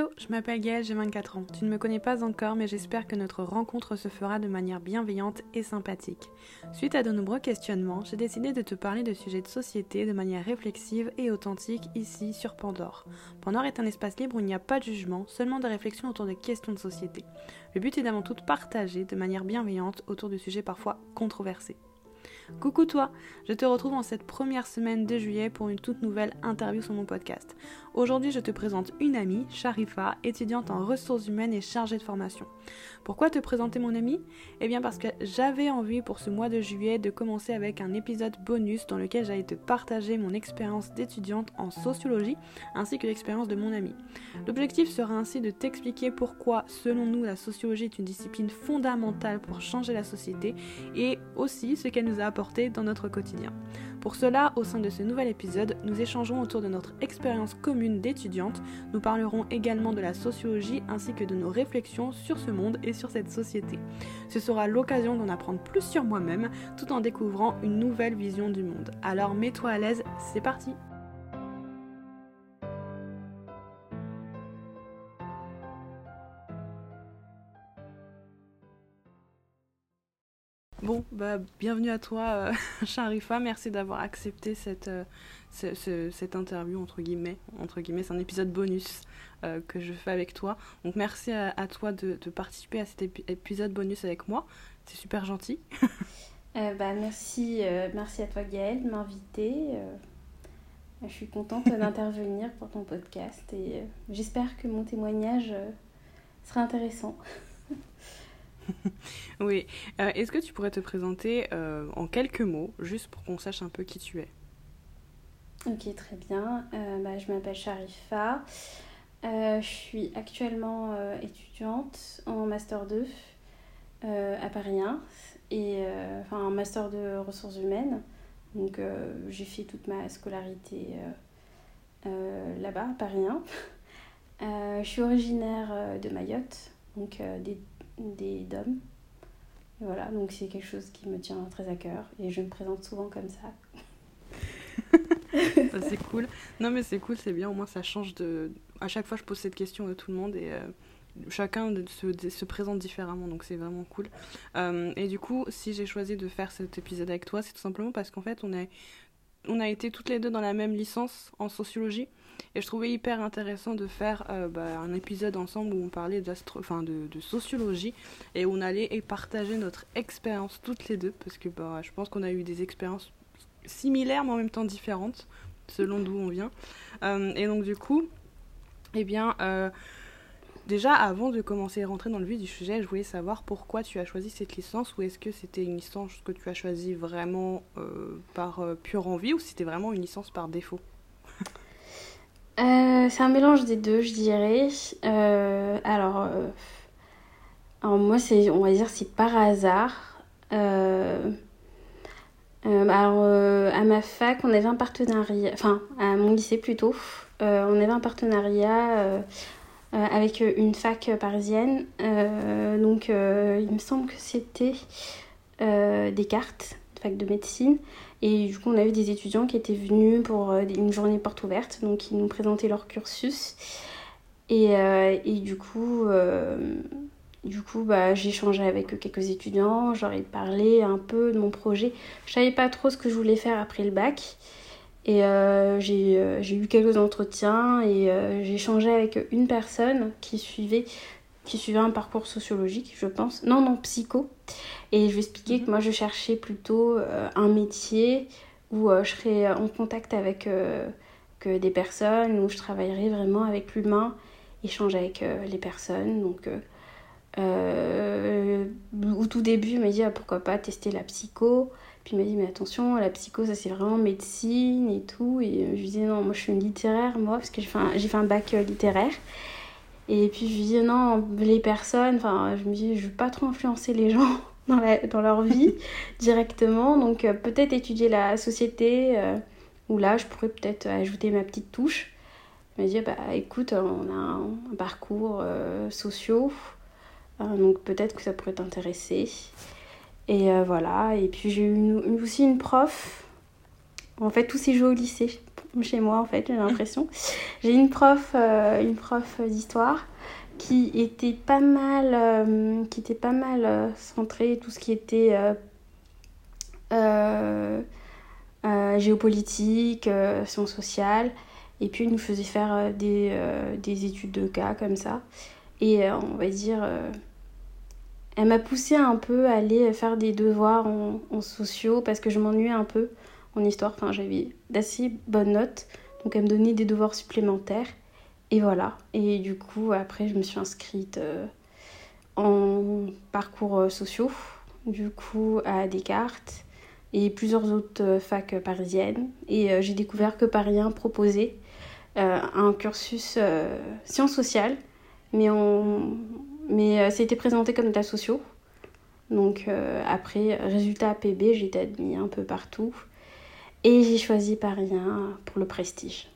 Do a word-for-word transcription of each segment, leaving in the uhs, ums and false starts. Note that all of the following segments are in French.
Hello, je m'appelle Gaëlle, j'ai vingt-quatre ans. Tu ne me connais pas encore, mais j'espère que notre rencontre se fera de manière bienveillante et sympathique. Suite à de nombreux questionnements, j'ai décidé de te parler de sujets de société de manière réflexive et authentique ici sur Pandore. Pandore est un espace libre où il n'y a pas de jugement, seulement des réflexions autour de questions de société. Le but est d'avant tout de partager de manière bienveillante autour de sujets parfois controversés. Coucou toi, je te retrouve en cette première semaine de juillet pour une toute nouvelle interview sur mon podcast. Aujourd'hui, je te présente une amie, Sharifa, étudiante en ressources humaines et chargée de formation. Pourquoi te présenter mon amie ? Eh bien parce que j'avais envie pour ce mois de juillet de commencer avec un épisode bonus dans lequel j'allais te partager mon expérience d'étudiante en sociologie ainsi que l'expérience de mon amie. L'objectif sera ainsi de t'expliquer pourquoi, selon nous, la sociologie est une discipline fondamentale pour changer la société et aussi ce qu'elle nous a apporté dans notre quotidien. Pour cela, au sein de ce nouvel épisode, nous échangerons autour de notre expérience commune d'étudiante. Nous parlerons également de la sociologie ainsi que de nos réflexions sur ce monde et sur cette société. Ce sera l'occasion d'en apprendre plus sur moi-même tout en découvrant une nouvelle vision du monde. Alors mets-toi à l'aise, c'est parti! Bon, bah, bienvenue à toi, euh, Sharifa. Merci d'avoir accepté cette, euh, ce, ce, cette interview, entre guillemets. Entre guillemets, c'est un épisode bonus euh, que je fais avec toi. Donc, merci à, à toi de, de participer à cet épi- épisode bonus avec moi. C'est super gentil. euh, bah, merci, euh, merci à toi, Gaëlle, de m'inviter. Euh, je suis contente d'intervenir pour ton podcast et euh, j'espère que mon témoignage euh, sera intéressant. Oui. Euh, est-ce que tu pourrais te présenter euh, en quelques mots, juste pour qu'on sache un peu qui tu es ? Ok, très bien. Euh, bah, je m'appelle Sharifa. Euh, je suis actuellement euh, étudiante en Master deux euh, à Paris un, et, euh, enfin un Master de ressources humaines. Donc euh, j'ai fait toute ma scolarité euh, euh, là-bas, à Paris un. Euh, je suis originaire euh, de Mayotte, donc euh, des des D O M. Et voilà, donc c'est quelque chose qui me tient très à cœur et je me présente souvent comme ça. Ça, c'est cool. Non mais c'est cool, c'est bien, au moins ça change de... À chaque fois je pose cette question à tout le monde et euh, chacun de, se, de, se présente différemment, donc c'est vraiment cool. Euh, et du coup, si j'ai choisi de faire cet épisode avec toi, c'est tout simplement parce qu'en fait on a, on a été toutes les deux dans la même licence en sociologie. Et je trouvais hyper intéressant de faire euh, bah, un épisode ensemble où on parlait d'astro... enfin, de, de sociologie et où on allait partager notre expérience toutes les deux parce que bah, je pense qu'on a eu des expériences similaires mais en même temps différentes selon d'où on vient. Euh, et donc du coup, eh bien, euh, déjà avant de commencer à rentrer dans le vif du sujet, je voulais savoir pourquoi tu as choisi cette licence ou est-ce que c'était une licence que tu as choisie vraiment euh, par euh, pure envie ou si c'était vraiment une licence par défaut ? Euh, c'est un mélange des deux, je dirais. Euh, alors, euh, alors, moi, c'est, on va dire, c'est par hasard. Euh, euh, alors, euh, à ma fac, on avait un partenariat, enfin, à mon lycée plutôt, euh, on avait un partenariat euh, euh, avec une fac parisienne. Euh, donc, euh, il me semble que c'était euh, Descartes, fac de médecine. Et du coup, on avait des étudiants qui étaient venus pour une journée porte ouverte, donc ils nous présentaient leur cursus. Et, euh, et du coup, euh, du coup bah, j'ai échangé avec quelques étudiants, je leur ai parlé un peu de mon projet. Je savais pas trop ce que je voulais faire après le bac. Et euh, j'ai, euh, j'ai eu quelques entretiens et euh, j'ai échangé avec une personne qui suivait, qui suivait un parcours sociologique, je pense. Non, non, psycho. Et je lui ai expliqué mmh. que moi, je cherchais plutôt euh, un métier où euh, je serais en contact avec euh, que des personnes, où je travaillerais vraiment avec l'humain, échanger avec euh, les personnes. Donc, euh, euh, au tout début, il m'a dit ah, pourquoi pas tester la psycho. Puis il m'a dit mais attention, la psycho, ça c'est vraiment médecine et tout. Et je lui disais non, moi je suis une littéraire, moi, parce que j'ai fait un, j'ai fait un bac euh, littéraire. Et puis je lui disais non, les personnes, enfin, je me dis je veux pas trop influencer les gens dans, la, dans leur vie directement. Donc euh, peut-être étudier la société, euh, où là je pourrais peut-être ajouter ma petite touche. Il m'a dit bah écoute, on a un, un parcours euh, sociaux, euh, donc peut-être que ça pourrait t'intéresser. Et euh, voilà, et puis j'ai eu une, aussi une prof. En fait, tout s'est joué au lycée. chez moi en fait, j'ai l'impression. J'ai une prof, euh, une prof d'histoire qui était pas mal, euh, qui était pas mal euh, centrée tout ce qui était euh, euh, euh, géopolitique, euh, sciences sociales. Et puis, elle nous faisait faire euh, des, euh, des études de cas comme ça. Et euh, on va dire, euh, elle m'a poussée un peu à aller faire des devoirs en, en sociaux parce que je m'ennuyais un peu en histoire. Enfin, j'avais d'assez bonnes notes. Donc, elle me donnait des devoirs supplémentaires. Et voilà. Et du coup, après, je me suis inscrite euh, en parcours euh, sociaux. Du coup, à Descartes et plusieurs autres euh, facs parisiennes. Et euh, j'ai découvert que Paris un proposait euh, un cursus euh, sciences sociales, mais, on... mais euh, c'était présenté comme de la socio. Donc euh, après, résultat A P B, j'ai été admise un peu partout. Et j'ai choisi Paris un pour le prestige.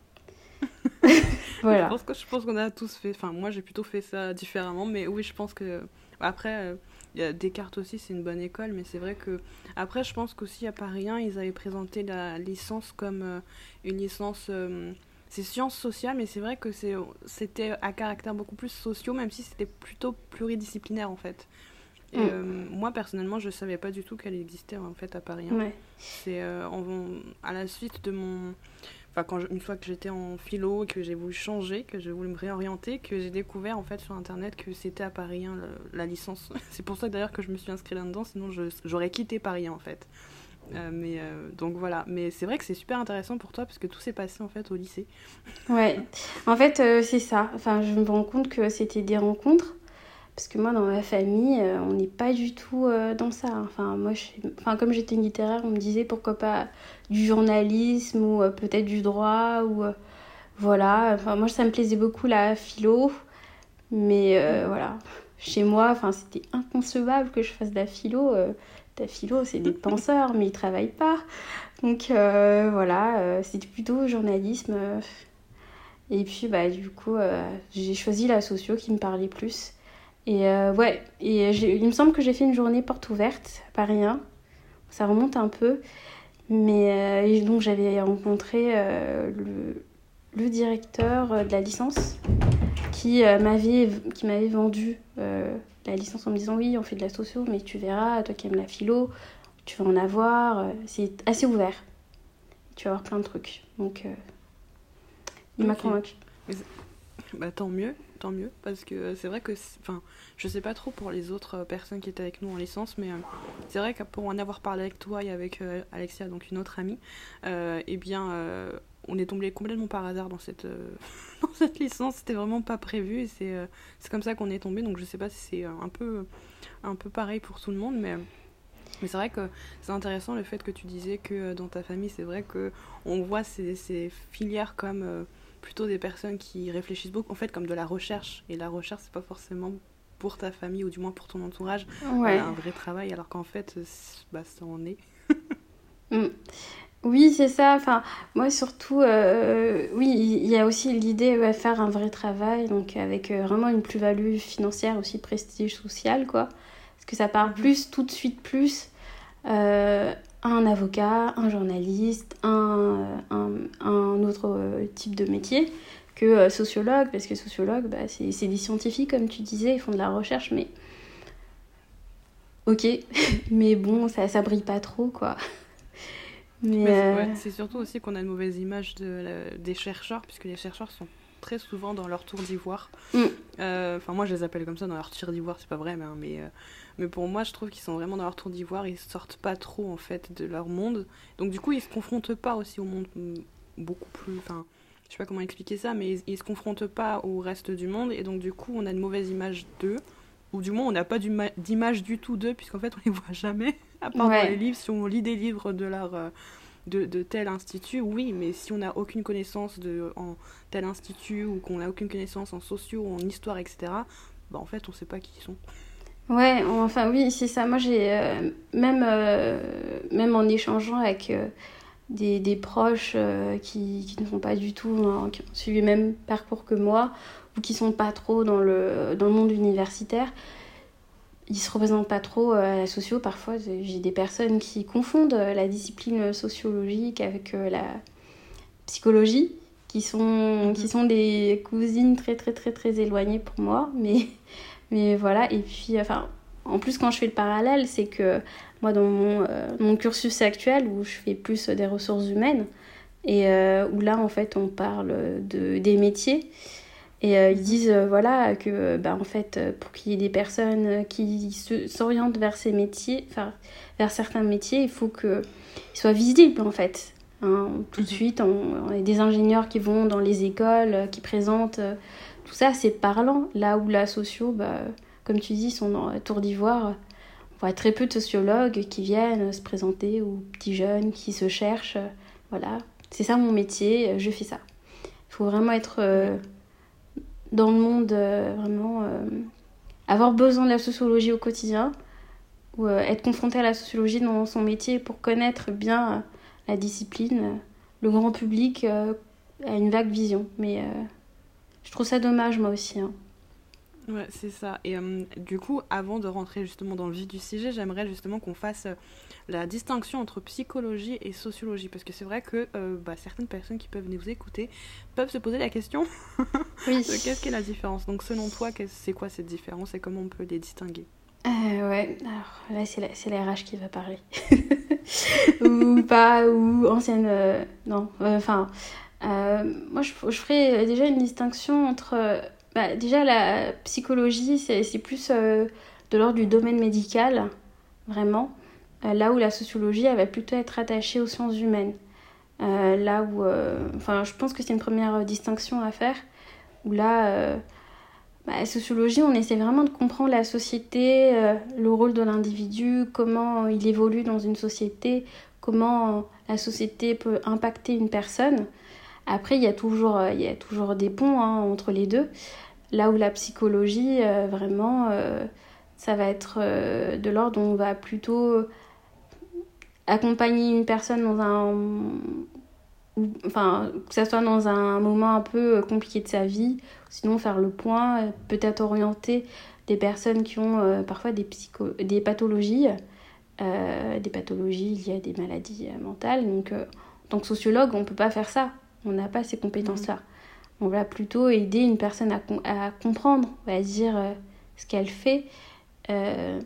Voilà. Je pense que je pense qu'on a tous fait. Enfin, moi, j'ai plutôt fait ça différemment, mais oui, je pense que après, euh, il y a Descartes aussi, c'est une bonne école, mais c'est vrai que après, je pense qu'aussi à Paris un, ils avaient présenté la licence comme euh, une licence. Euh, c'est sciences sociales, mais c'est vrai que c'est, c'était à caractère beaucoup plus sociaux, même si c'était plutôt pluridisciplinaire en fait. Et Mm. euh, moi personnellement, je savais pas du tout qu'elle existait en fait à Paris un. Ouais. C'est euh, en, à la suite de mon Enfin, quand je- une fois que j'étais en philo et que j'ai voulu changer, que j'ai voulu me réorienter, que j'ai découvert en fait sur internet que c'était à Paris un, le- la licence. C'est pour ça d'ailleurs que je me suis inscrite là-dedans, sinon je- j'aurais quitté Paris un, en fait. Euh, mais euh, donc voilà. Mais c'est vrai que c'est super intéressant pour toi parce que tout s'est passé en fait au lycée. Ouais. En fait, euh, c'est ça. Enfin, je me rends compte que c'était des rencontres. Parce que moi, dans ma famille, euh, on n'est pas du tout euh, dans ça. Enfin, moi, je... enfin, comme j'étais littéraire, on me disait pourquoi pas du journalisme ou euh, peut-être du droit. Ou, euh, voilà. Enfin, moi, ça me plaisait beaucoup la philo. Mais euh, voilà. Chez moi, enfin, c'était inconcevable que je fasse de la philo. Euh, la philo, c'est des penseurs, mais ils travaillent pas. Donc euh, voilà, euh, c'était plutôt journalisme. euh. Et puis, bah, du coup, euh, j'ai choisi la socio qui me parlait plus. Et euh, ouais, et j'ai- il me semble que j'ai fait une journée porte ouverte, pas rien. Ça remonte un peu. Mais euh, et donc j'avais rencontré euh, le, le directeur euh, de la licence qui euh, m'avait, qui m'avait vendu euh, la licence en me disant oui, on fait de la socio, mais tu verras, toi qui aimes la philo, tu vas en avoir. euh, C'est assez ouvert. Tu vas avoir plein de trucs. Donc euh, il m'a Ok. convaincu. Mais c'est- Bah tant mieux, tant mieux, parce que euh, c'est vrai que, c'est- enfin, je sais pas trop pour les autres euh, personnes qui étaient avec nous en licence, mais euh, c'est vrai que pour en avoir parlé avec toi et avec euh, Alexia, donc une autre amie, euh, eh bien, euh, on est tombé complètement par hasard dans cette, euh, dans cette licence. C'était vraiment pas prévu et c'est, euh, c'est comme ça qu'on est tombé. Donc je sais pas si c'est euh, un peu, un peu pareil pour tout le monde, mais. Mais c'est vrai que c'est intéressant le fait que tu disais que euh, dans ta famille, c'est vrai que on voit ces, ces filières comme euh, plutôt des personnes qui réfléchissent beaucoup, en fait, comme de la recherche. Et la recherche, c'est pas forcément pour ta famille ou du moins pour ton entourage euh, Ouais. un vrai travail, alors qu'en fait, euh, c'est- bah, ça en est. Mm. Oui, c'est ça. Enfin, moi surtout, euh, oui, il y a aussi l'idée de faire un vrai travail, donc avec euh, vraiment une plus-value financière aussi, prestige social, quoi. Parce que ça parle Mhm. plus, tout de suite plus, euh, à un avocat, un journaliste, un, un, un autre euh, type de métier que euh, sociologue, parce que sociologue, bah, c'est c'est des scientifiques, comme tu disais, ils font de la recherche, mais ok, mais bon, ça, ça brille pas trop, quoi. Mais Mais c'est euh, ouais, c'est surtout aussi qu'on a une mauvaise image de la- des chercheurs, puisque les chercheurs sont très souvent dans leur tour d'ivoire. mm, Euh, Enfin, moi, je les appelle comme ça, dans leur tir d'ivoire, c'est pas vrai, mais, hein, mais, euh, mais pour moi, je trouve qu'ils sont vraiment dans leur tour d'ivoire, ils sortent pas trop, en fait, de leur monde. Donc, du coup, ils se confrontent pas aussi au monde mm, beaucoup plus... Enfin, je sais pas comment expliquer ça, mais ils, ils se confrontent pas au reste du monde, et donc, du coup, on a une mauvaise image d'eux, ou du moins, on n'a pas d'ima- d'image du tout d'eux, puisqu'en fait, on les voit jamais, à part dans les ouais. livres, si on lit des livres de leur... euh, de, de tel institut, oui, mais si on n'a aucune connaissance de, en tel institut ou qu'on n'a aucune connaissance en sociaux, en histoire, et cetera, bah en fait, on sait pas qui ils sont. Ouais, enfin oui, c'est ça. Moi, j'ai euh, même, euh, même en échangeant avec euh, des, des proches euh, qui, qui ne font pas du tout, hein, qui ont suivi le même parcours que moi, ou qui sont pas trop dans le, dans le monde universitaire, ils se représentent pas trop euh, à la socio. Parfois, j'ai des personnes qui confondent euh, la discipline sociologique avec euh, la psychologie, qui sont, Mhm. qui sont des cousines très très très très éloignées pour moi, mais, mais voilà. Et puis, enfin, en plus quand je fais le parallèle, c'est que moi dans mon, euh, mon cursus actuel, où je fais plus des ressources humaines, et euh, où là en fait on parle de, des métiers, et euh, ils Mhm. disent euh, voilà que bah, en fait pour qu'il y ait des personnes qui se, s'orientent vers ces métiers, enfin vers certains métiers, il faut qu'ils soient visibles en fait. Hein, tout de Mhm. suite, on, on a des ingénieurs qui vont dans les écoles, euh, qui présentent euh, tout ça, c'est parlant. Là où la socio, bah, comme tu dis, sont dans la tour d'ivoire, on voit très peu de sociologues qui viennent se présenter, ou petits jeunes qui se cherchent. euh, Voilà, c'est ça mon métier, euh, je fais ça. Il faut vraiment être Ouais. euh, dans le monde, euh, vraiment euh, avoir besoin de la sociologie au quotidien, ou euh, être confronté à la sociologie dans son métier pour connaître bien euh, la discipline. Euh, le grand public euh, a une vague vision, mais euh, je trouve ça dommage moi aussi. Hein. Ouais, c'est ça. Et euh, du coup, avant de rentrer justement dans le vif du sujet, j'aimerais justement qu'on fasse euh, la distinction entre psychologie et sociologie. Parce que c'est vrai que euh, bah, certaines personnes qui peuvent nous écouter peuvent se poser la question Oui. de qu'est-ce qu'est la différence. Donc selon toi, qu'est- c'est quoi cette différence et comment on peut les distinguer? Euh, ouais, alors là c'est la, c'est la R H qui va parler. Ou pas, ou ancienne. euh, non, enfin. Euh, moi je, je ferais déjà une distinction entre. euh, bah, déjà la psychologie, c'est, c'est plus euh, de l'ordre du domaine médical, vraiment. Euh, là où la sociologie, elle va plutôt être attachée aux sciences humaines. Euh, là où. euh, Enfin, je pense que c'est une première euh, distinction à faire. Où là. euh, bah, la sociologie, on essaie vraiment de comprendre la société, euh, le rôle de l'individu, comment il évolue dans une société, comment la société peut impacter une personne. Après, il y a toujours, euh, il y a toujours des ponts hein, entre les deux. Là où la psychologie, euh, vraiment, euh, ça va être euh, de l'ordre où on va plutôt accompagner une personne dans un... ou- enfin, que ça soit dans un moment un peu compliqué de sa vie, sinon faire le point, euh, peut-être orienter des personnes qui ont euh, parfois des, psycho- des pathologies, euh, des pathologies liées à des maladies euh, mentales. Donc, euh, en tant que sociologue, on ne peut pas faire ça. On n'a pas ces Mhm. compétences-là. On va plutôt aider une personne à, com- à comprendre, on va dire, euh, ce qu'elle fait. Euh,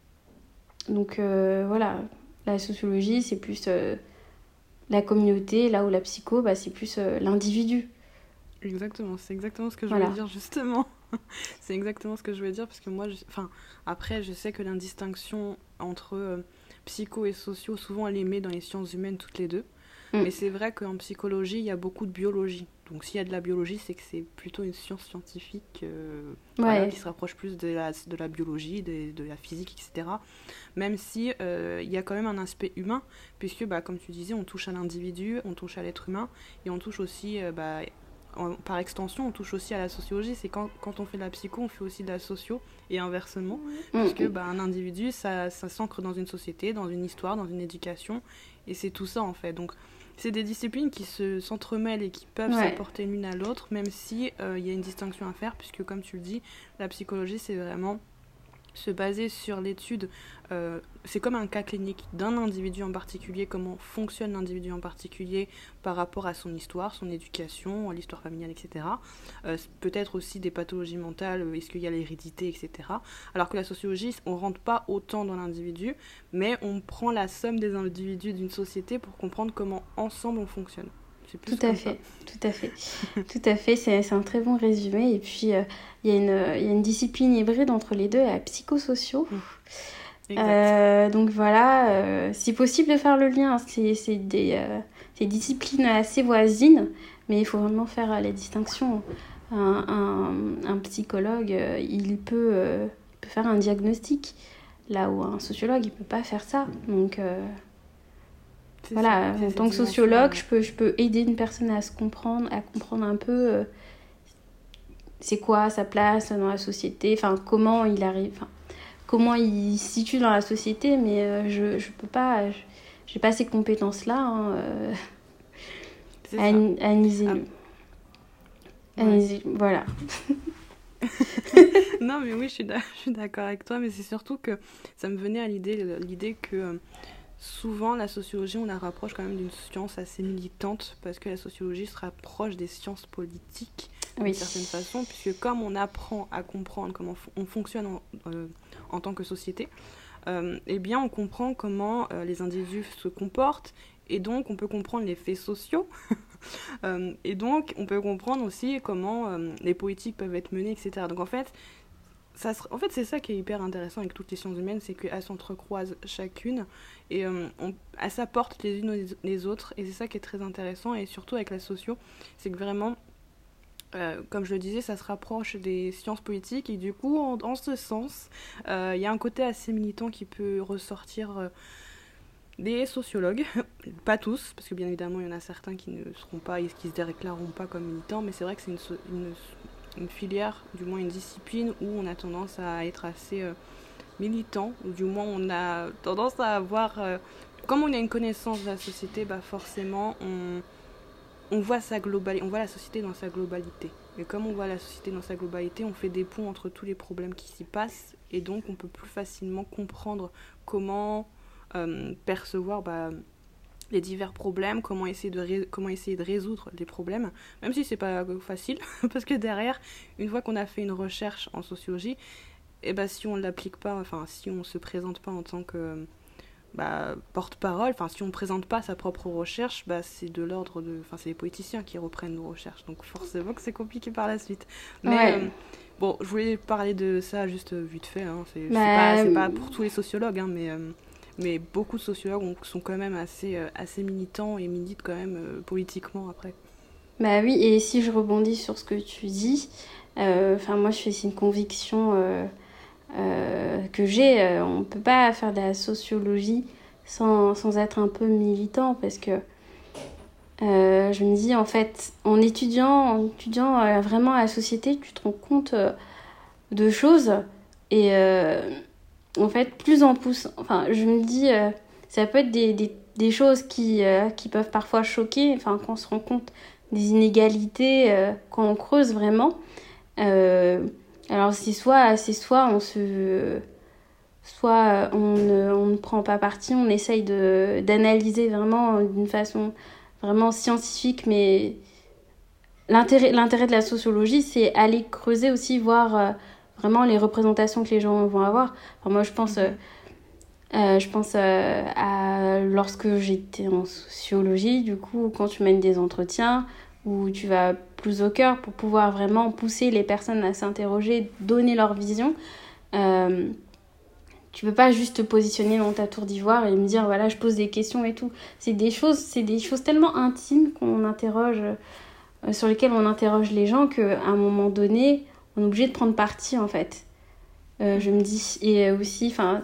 donc euh, voilà, la sociologie, c'est plus euh, la communauté, là où la psycho, bah, c'est plus euh, l'individu. Exactement, c'est exactement ce que je voulais Voilà. dire justement. C'est exactement ce que je voulais dire parce que moi, je- enfin, après, je sais que l'indistinction entre euh, psycho et socio, souvent elle est mise dans les sciences humaines toutes les deux. Mm. Mais c'est vrai qu'en psychologie, il y a beaucoup de biologie. Donc s'il y a de la biologie, c'est que c'est plutôt une science scientifique euh, voilà, Ouais. qui se rapproche plus de la, de la biologie, de, de la physique, et cetera. Même si euh, il y a quand même un aspect humain, puisque bah, comme tu disais, on touche à l'individu, on touche à l'être humain, et on touche aussi, euh, bah, en- par extension, on touche aussi à la sociologie. C'est quand, quand on fait de la psycho, on fait aussi de la socio, et inversement, Mm, puisque mm. bah, un individu, ça, ça s'ancre dans une société, dans une histoire, dans une éducation, et c'est tout ça en fait. Donc c'est des disciplines qui se, s'entremêlent et qui peuvent Ouais. s'apporter l'une à l'autre, même si euh, il y a une distinction à faire, puisque comme tu le dis, la psychologie, c'est vraiment se baser sur l'étude, euh, c'est comme un cas clinique d'un individu en particulier, comment fonctionne l'individu en particulier par rapport à son histoire, son éducation, l'histoire familiale, et cetera. Euh, peut-être aussi des pathologies mentales, euh, est-ce qu'il y a l'hérédité, et cetera. Alors que la sociologie, on ne rentre pas autant dans l'individu, mais on prend la somme des individus d'une société pour comprendre comment ensemble on fonctionne. C'est Tout plus à comme ça. fait, tout à fait, tout à fait. C'est, c'est un très bon résumé. Et puis, euh, il y a une, il y a une discipline hybride entre les deux, la psychosociaux. Mm, exact. Euh, donc voilà, euh, c'est possible de faire le lien. Hein. C'est, c'est des, euh, des disciplines assez voisines, mais il faut vraiment faire euh, la distinction. Un, un, un psychologue, euh, il peut, euh, il peut faire un diagnostic, là où un sociologue, il peut pas faire ça. Donc euh, C'est ça, voilà, c'est en cette tant que sociologue, dimension. je peux, je peux aider une personne à se comprendre, à comprendre un peu euh, c'est quoi sa place dans la société, enfin comment il arrive, enfin, comment il se situe dans la société, mais euh, je, je peux pas, je, j'ai pas ces compétences-là hein, euh, C'est à, ça. à analyser, Ah, ouais. analyser, voilà. Non, mais oui, je suis, d'a- je suis d'accord avec toi, mais c'est surtout que ça me venait à l'idée, l'idée que euh, souvent la sociologie, on la rapproche quand même d'une science assez militante, parce que la sociologie se rapproche des sciences politiques d'une Oui. certaine façon, puisque comme on apprend à comprendre comment f- on fonctionne en, euh, en tant que société, euh, eh bien on comprend comment euh, les individus se comportent, et donc on peut comprendre les faits sociaux, euh, et donc on peut comprendre aussi comment euh, les politiques peuvent être menées, et cetera. Donc en fait, ça se- en fait, c'est ça qui est hyper intéressant avec toutes les sciences humaines, c'est qu'elles s'entrecroisent chacune et euh, on- elles s'apportent les unes aux- les autres, et c'est ça qui est très intéressant. Et surtout avec la socio, c'est que vraiment, euh, comme je le disais, ça se rapproche des sciences politiques, et du coup, en, en ce sens, euh, il y a un côté assez militant qui peut ressortir euh, des sociologues, pas tous, parce que bien évidemment, il y en a certains qui ne seront pas, qui se déclareront pas comme militants, mais c'est vrai que c'est une, so- une, une filière, du moins une discipline, où on a tendance à être assez euh, militant, ou du moins on a tendance à avoir... euh, comme on a une connaissance de la société, bah forcément, on, on voit sa globali- on voit la société dans sa globalité. Et comme on voit la société dans sa globalité, on fait des ponts entre tous les problèmes qui s'y passent, et donc on peut plus facilement comprendre comment euh, percevoir bah, les divers problèmes, comment essayer, de ré- comment essayer de résoudre les problèmes, même si c'est pas facile, parce que derrière, une fois qu'on a fait une recherche en sociologie, et bah, si on ne l'applique pas, enfin si on ne se présente pas en tant que bah, porte-parole, enfin si on ne présente pas sa propre recherche, bah, c'est de l'ordre de, enfin c'est les politiciens qui reprennent nos recherches, donc forcément que c'est compliqué par la suite. Mais Ouais. euh, bon, je voulais parler de ça juste vite fait, hein. c'est, c'est pas, Bah, c'est pas pour tous les sociologues, hein, mais euh, mais beaucoup de sociologues ont- sont quand même assez, euh, assez militants et militent quand même euh, politiquement après. bah oui, et si je rebondis sur ce que tu dis, euh, enfin moi je fais c'est une conviction euh, euh, que j'ai, euh, on peut pas faire de la sociologie sans, sans être un peu militant parce que euh, je me dis en fait en étudiant, en étudiant euh, vraiment la société, tu te rends compte euh, de choses et euh, en fait plus en pousse, enfin je me dis euh, ça peut être des, des, des choses qui, euh, qui peuvent parfois choquer, enfin quand on se rend compte des inégalités, euh, quand on creuse vraiment. Euh, alors c'est soit, c'est soit on se... Soit on ne, on ne prend pas parti, on essaye de, d'analyser vraiment d'une façon vraiment scientifique, mais l'intérêt, l'intérêt de la sociologie, c'est aller creuser aussi, voir euh, vraiment les représentations que les gens vont avoir. Enfin, moi, je pense, euh, euh, je pense euh, à lorsque j'étais en sociologie, du coup, quand tu mènes des entretiens, où tu vas plus au cœur pour pouvoir vraiment pousser les personnes à s'interroger, donner leur vision. Euh, tu peux pas juste te positionner dans ta tour d'ivoire et me dire voilà je pose des questions et tout. C'est des choses, c'est des choses tellement intimes qu'on interroge, euh, sur lesquelles on interroge les gens qu'à un moment donné on est obligé de prendre parti en fait. Euh, je me dis et aussi enfin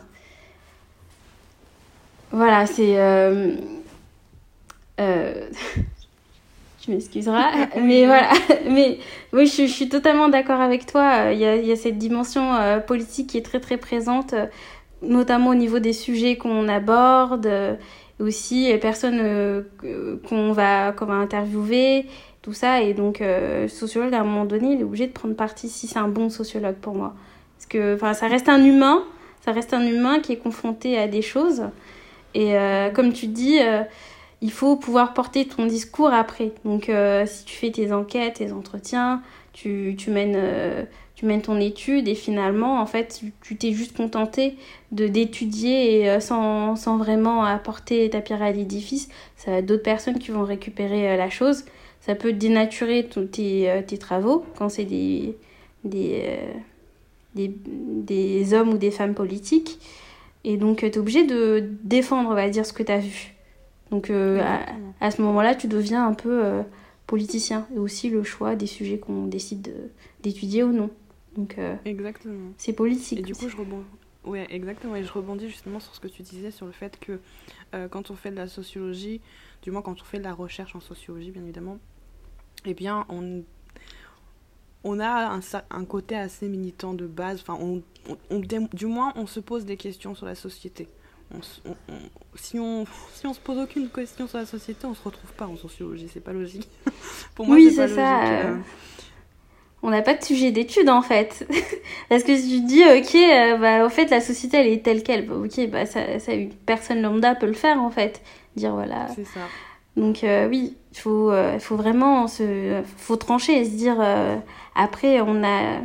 voilà c'est euh, euh, tu m'excuseras mais voilà mais oui je, je suis totalement d'accord avec toi. Il y a, il y a cette dimension euh, politique qui est très très présente, euh, notamment au niveau des sujets qu'on aborde, euh, aussi les personnes euh, qu'on va, qu'on va interviewer, tout ça. Et donc, euh, le sociologue, à un moment donné, il est obligé de prendre parti si c'est un bon sociologue pour moi. Parce que ça reste un humain, ça reste un humain qui est confronté à des choses. Et euh, comme tu dis, euh, il faut pouvoir porter ton discours après. Donc, euh, si tu fais tes enquêtes, tes entretiens, tu, tu mènes... Euh, tu mènes ton étude et finalement, en fait, tu t'es juste contenté de, d'étudier et, euh, sans, sans vraiment apporter ta pierre à l'édifice. Ça va être d'autres personnes qui vont récupérer euh, la chose. Ça peut dénaturer tous tes, euh, tes travaux quand c'est des, des, euh, des, des hommes ou des femmes politiques. Et donc, tu es obligé de défendre, on va dire, ce que tu as vu. Donc, euh, à, à ce moment-là, tu deviens un peu euh, politicien. Et aussi le choix des sujets qu'on décide de, d'étudier ou non. Donc, euh, Exactement. c'est politique. Et du aussi. coup, je rebondis. Ouais, exactement. Et je rebondis justement sur ce que tu disais sur le fait que euh, quand on fait de la sociologie, du moins quand on fait de la recherche en sociologie, bien évidemment, eh bien, on, on a un, un côté assez militant de base. Enfin, on, on, on, du moins, on se pose des questions sur la société. On, on, on, si, on, si on se pose aucune question sur la société, on se retrouve pas en sociologie. C'est pas logique. Pour moi, oui, c'est, c'est pas ça. logique. Euh... on n'a pas de sujet d'étude en fait. Parce que si tu dis, ok, euh, bah, en fait, la société, elle est telle qu'elle, bah, ok, bah, ça, ça, une personne lambda peut le faire en fait. Dire voilà. C'est ça. Donc, euh, oui, il faut, euh, faut vraiment se, faut trancher et se dire, euh, après, on a,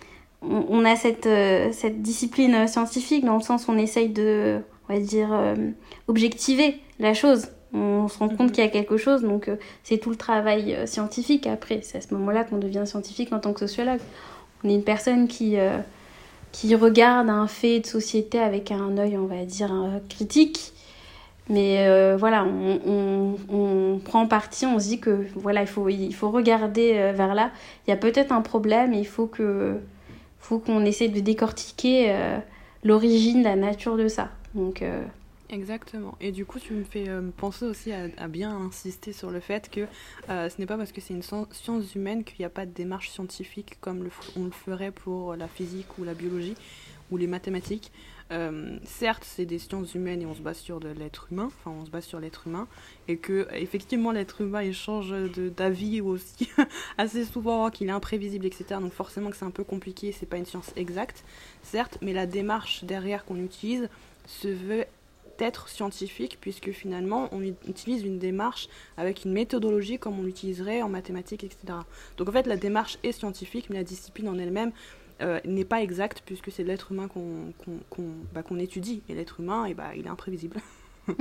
on, on a cette, euh, cette discipline scientifique dans le sens où on essaye de, on va dire, euh, objectiver la chose. On se rend compte mm-hmm. qu'il y a quelque chose, donc euh, c'est tout le travail euh, scientifique après. C'est à ce moment-là qu'on devient scientifique en tant que sociologue. On est une personne qui, euh, qui regarde un fait de société avec un œil, on va dire, euh, critique. Mais euh, voilà, on, on, on prend parti, on se dit que voilà, il faut, il faut regarder euh, vers là. Il y a peut-être un problème et il faut, que, faut qu'on essaie de décortiquer euh, l'origine, la nature de ça. Donc... Euh, Exactement. Et du coup, tu me fais euh, penser aussi à, à bien insister sur le fait que euh, ce n'est pas parce que c'est une science humaine qu'il n'y a pas de démarche scientifique comme le, on le ferait pour la physique ou la biologie ou les mathématiques. Euh, certes, c'est des sciences humaines et on se base sur de l'être humain, enfin on se base sur l'être humain, et que effectivement l'être humain il change de, d'avis aussi assez souvent, qu'il est imprévisible, et cetera. Donc forcément que c'est un peu compliqué, c'est pas une science exacte, certes, mais la démarche derrière qu'on utilise se veut être scientifique, puisque finalement on utilise une démarche avec une méthodologie comme on l'utiliserait en mathématiques, et cetera. Donc en fait la démarche est scientifique, mais la discipline en elle-même euh, n'est pas exacte, puisque c'est l'être humain qu'on, qu'on, qu'on, bah, qu'on étudie, et l'être humain et bah, il est imprévisible. mm.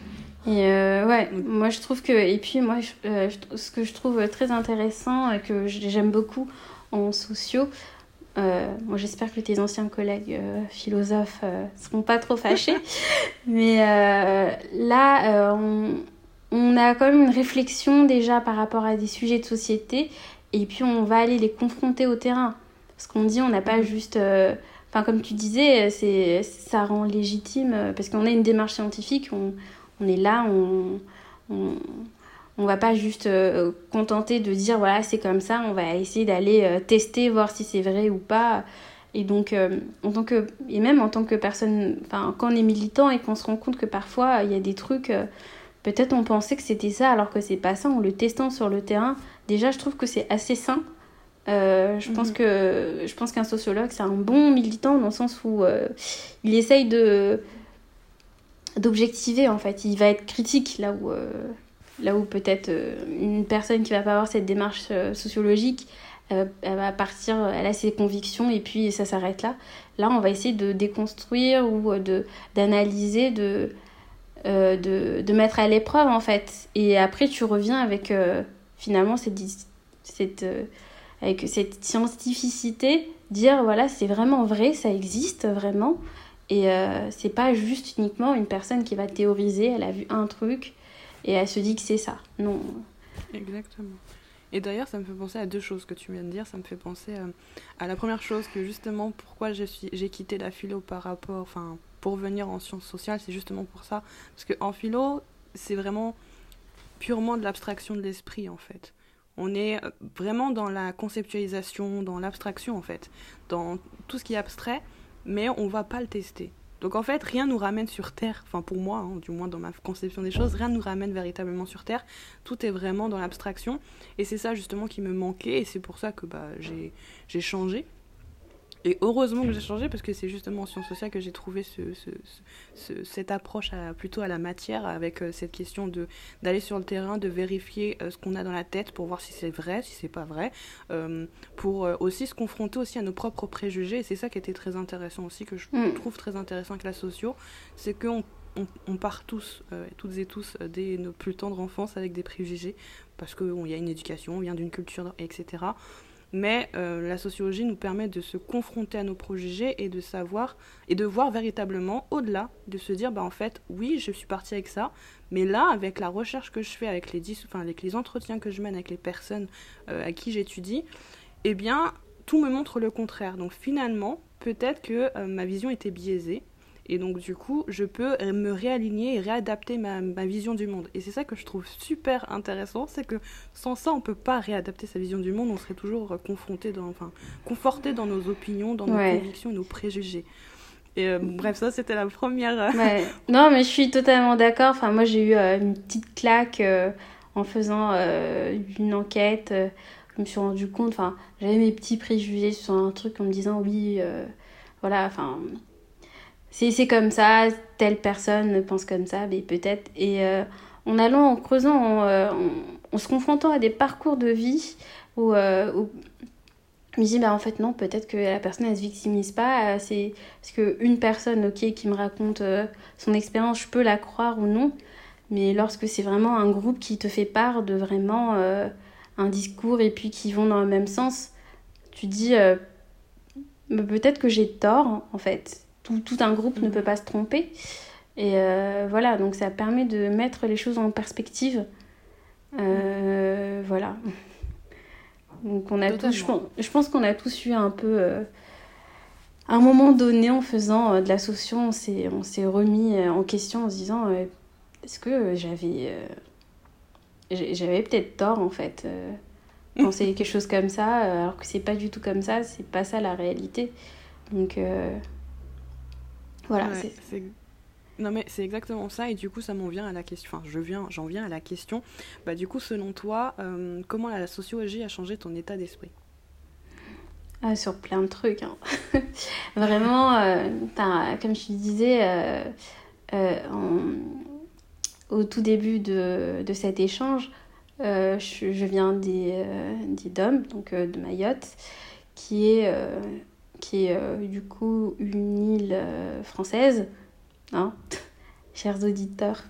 Et euh, ouais, mm. moi je trouve que, et puis moi je, euh, je, ce que je trouve très intéressant et que j'aime beaucoup en sociaux, Euh, moi, j'espère que tes anciens collègues euh, philosophes ne euh, seront pas trop fâchés. Mais euh, là, euh, on, on a quand même une réflexion déjà par rapport à des sujets de société. Et puis, on va aller les confronter au terrain. Parce qu'on dit, on n'a pas juste... Enfin, euh, comme tu disais, c'est, ça rend légitime. Parce qu'on a une démarche scientifique. On, on est là, on... on On va pas juste euh, contenter de dire voilà c'est comme ça, on va essayer d'aller euh, tester, voir si c'est vrai ou pas. Et donc, euh, en tant que, et même en tant que personne, enfin quand on est militant et qu'on se rend compte que parfois il y a des trucs, euh, peut-être on pensait que c'était ça alors que c'est pas ça, en le testant sur le terrain, déjà je trouve que c'est assez sain. Euh, je, mm-hmm. pense que, je pense qu'un sociologue c'est un bon militant dans le sens où euh, il essaye de, d'objectiver en fait, il va être critique là où... Euh, Là où peut-être euh, une personne qui va pas avoir cette démarche euh, sociologique, euh, elle va partir, elle a ses convictions et puis ça s'arrête là. Là, on va essayer de déconstruire ou de, d'analyser, de, euh, de, de mettre à l'épreuve en fait. Et après, tu reviens avec euh, finalement cette, cette, euh, avec cette scientificité, dire voilà, c'est vraiment vrai, ça existe vraiment. Et euh, c'est pas juste uniquement une personne qui va théoriser, elle a vu un truc. Et elle se dit que c'est ça. Non. Exactement. Et d'ailleurs, ça me fait penser à deux choses que tu viens de dire. Ça me fait penser euh, à la première chose, que justement, pourquoi je suis, j'ai quitté la philo par rapport, enfin, pour venir en sciences sociales, c'est justement pour ça. Parce qu'en philo, c'est vraiment purement de l'abstraction de l'esprit, en fait. On est vraiment dans la conceptualisation, dans l'abstraction, en fait. Dans tout ce qui est abstrait, mais on ne va pas le tester. Donc en fait, rien nous ramène sur Terre, enfin pour moi, hein, du moins dans ma conception des choses, rien ne nous ramène véritablement sur Terre. Tout est vraiment dans l'abstraction. Et c'est ça justement qui me manquait, et c'est pour ça que bah, j'ai, j'ai changé. Et heureusement que j'ai changé, parce que c'est justement en sciences sociales que j'ai trouvé ce, ce, ce, cette approche à, plutôt à la matière, avec euh, cette question de, d'aller sur le terrain, de vérifier euh, ce qu'on a dans la tête pour voir si c'est vrai, si c'est pas vrai, euh, pour euh, aussi se confronter aussi à nos propres préjugés. Et c'est ça qui était très intéressant aussi, que je mm. trouve très intéressant avec la socio, c'est qu'on on, on part tous, euh, toutes et tous, euh, dès notre plus tendre enfance avec des préjugés, parce qu'il y a une éducation, on vient d'une culture, et cetera. Mais euh, la sociologie nous permet de se confronter à nos préjugés et de savoir, et de voir véritablement au-delà, de se dire, bah en fait, oui, je suis partie avec ça, mais là, avec la recherche que je fais, avec les, dis- enfin, avec les entretiens que je mène avec les personnes euh, à qui j'étudie, eh bien, tout me montre le contraire. Donc finalement, peut-être que euh, ma vision était biaisée, et donc du coup, je peux me réaligner et réadapter ma, ma vision du monde. Et c'est ça que je trouve super intéressant, c'est que sans ça, on ne peut pas réadapter sa vision du monde, on serait toujours confronté, dans, enfin, conforté dans nos opinions, dans nos ouais. convictions et nos préjugés. Et euh, bref, ça c'était la première... Euh... Ouais. Non, mais je suis totalement d'accord. Enfin, moi j'ai eu euh, une petite claque euh, en faisant euh, une enquête... Euh... je me suis rendu compte, enfin, j'avais mes petits préjugés sur un truc en me disant, oui, euh, voilà, enfin, c'est, c'est comme ça, telle personne pense comme ça, mais peut-être. Et euh, en allant, en creusant, en, euh, en, en se confrontant à des parcours de vie où, euh, où je me dis, bah en fait, non, peut-être que la personne, elle se victimise pas. euh, C'est parce qu'une personne, ok, qui me raconte euh, son expérience, je peux la croire ou non. Mais lorsque c'est vraiment un groupe qui te fait part de vraiment euh, un discours et puis qui vont dans le même sens, tu dis, euh, bah, peut-être que j'ai tort, en fait. Tout, tout un groupe ne peut pas se tromper. Et euh, voilà, donc ça permet de mettre les choses en perspective. Euh, voilà. Donc on a tous, je, pense, je pense qu'on a tous eu un peu, euh, à un moment donné, en faisant euh, de la socio, on s'est, on s'est remis euh, en question en se disant, euh, est-ce que j'avais, euh, j'avais peut-être tort en fait, euh, penser quelque chose comme ça, euh, alors que c'est pas du tout comme ça, c'est pas ça la réalité. Donc euh, voilà. Ouais, c'est... c'est... Non mais c'est exactement ça et du coup ça m'en vient à la question, enfin je viens, j'en viens à la question, bah du coup selon toi, euh, comment la sociologie a changé ton état d'esprit? Ah, sur plein de trucs, hein. Vraiment, euh, comme je te disais, euh, euh, en, au tout début de, de cet échange, euh, je, je viens des, euh, des D O M, donc euh, de Mayotte, qui est, euh, qui est euh, du coup une île euh, française, hein, chers auditeurs.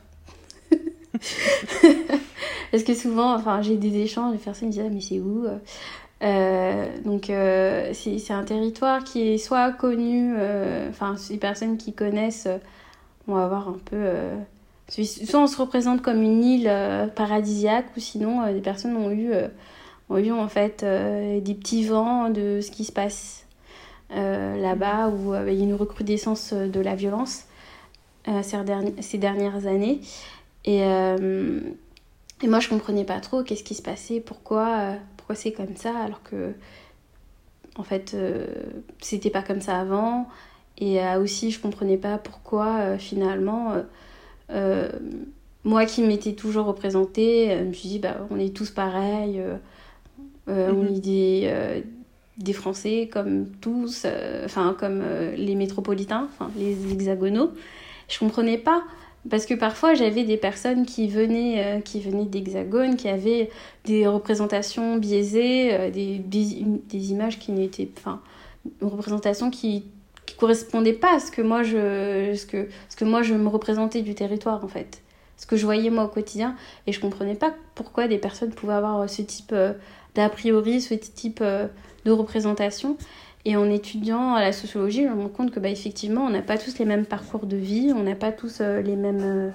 Parce que souvent, enfin, j'ai des échanges, les personnes me disent ah, mais c'est où euh, donc euh, c'est, c'est un territoire qui est soit connu, enfin euh, les personnes qui connaissent euh, vont avoir un peu euh, soit on se représente comme une île euh, paradisiaque ou sinon euh, des personnes ont eu, euh, ont eu en fait euh, des petits vents de ce qui se passe euh, là-bas où euh, il y a une recrudescence de la violence euh, ces, dernières, ces dernières années et, euh, et moi je comprenais pas trop qu'est-ce qui se passait, pourquoi euh, pourquoi c'est comme ça alors que en fait euh, c'était pas comme ça avant et euh, aussi je comprenais pas pourquoi euh, finalement euh, euh, moi qui m'étais toujours représentée euh, je me suis dit bah on est tous pareils euh, euh, mm-hmm. On est des, euh, des Français comme tous enfin euh, comme euh, les métropolitains enfin les hexagonaux je comprenais pas. Parce que parfois, j'avais des personnes qui venaient, euh, qui venaient d'Hexagone, qui avaient des représentations biaisées, euh, des, des, des images qui n'étaient... Enfin, une représentation qui ne correspondait pas à ce que, moi je, ce, que, ce que moi je me représentais du territoire, en fait. Ce que je voyais, moi, au quotidien. Et je ne comprenais pas pourquoi des personnes pouvaient avoir ce type euh, d'a priori, ce type euh, de représentation. Et en étudiant à la sociologie, je me rends compte que bah, effectivement, on n'a pas tous les mêmes parcours de vie, on n'a pas tous euh, les mêmes euh,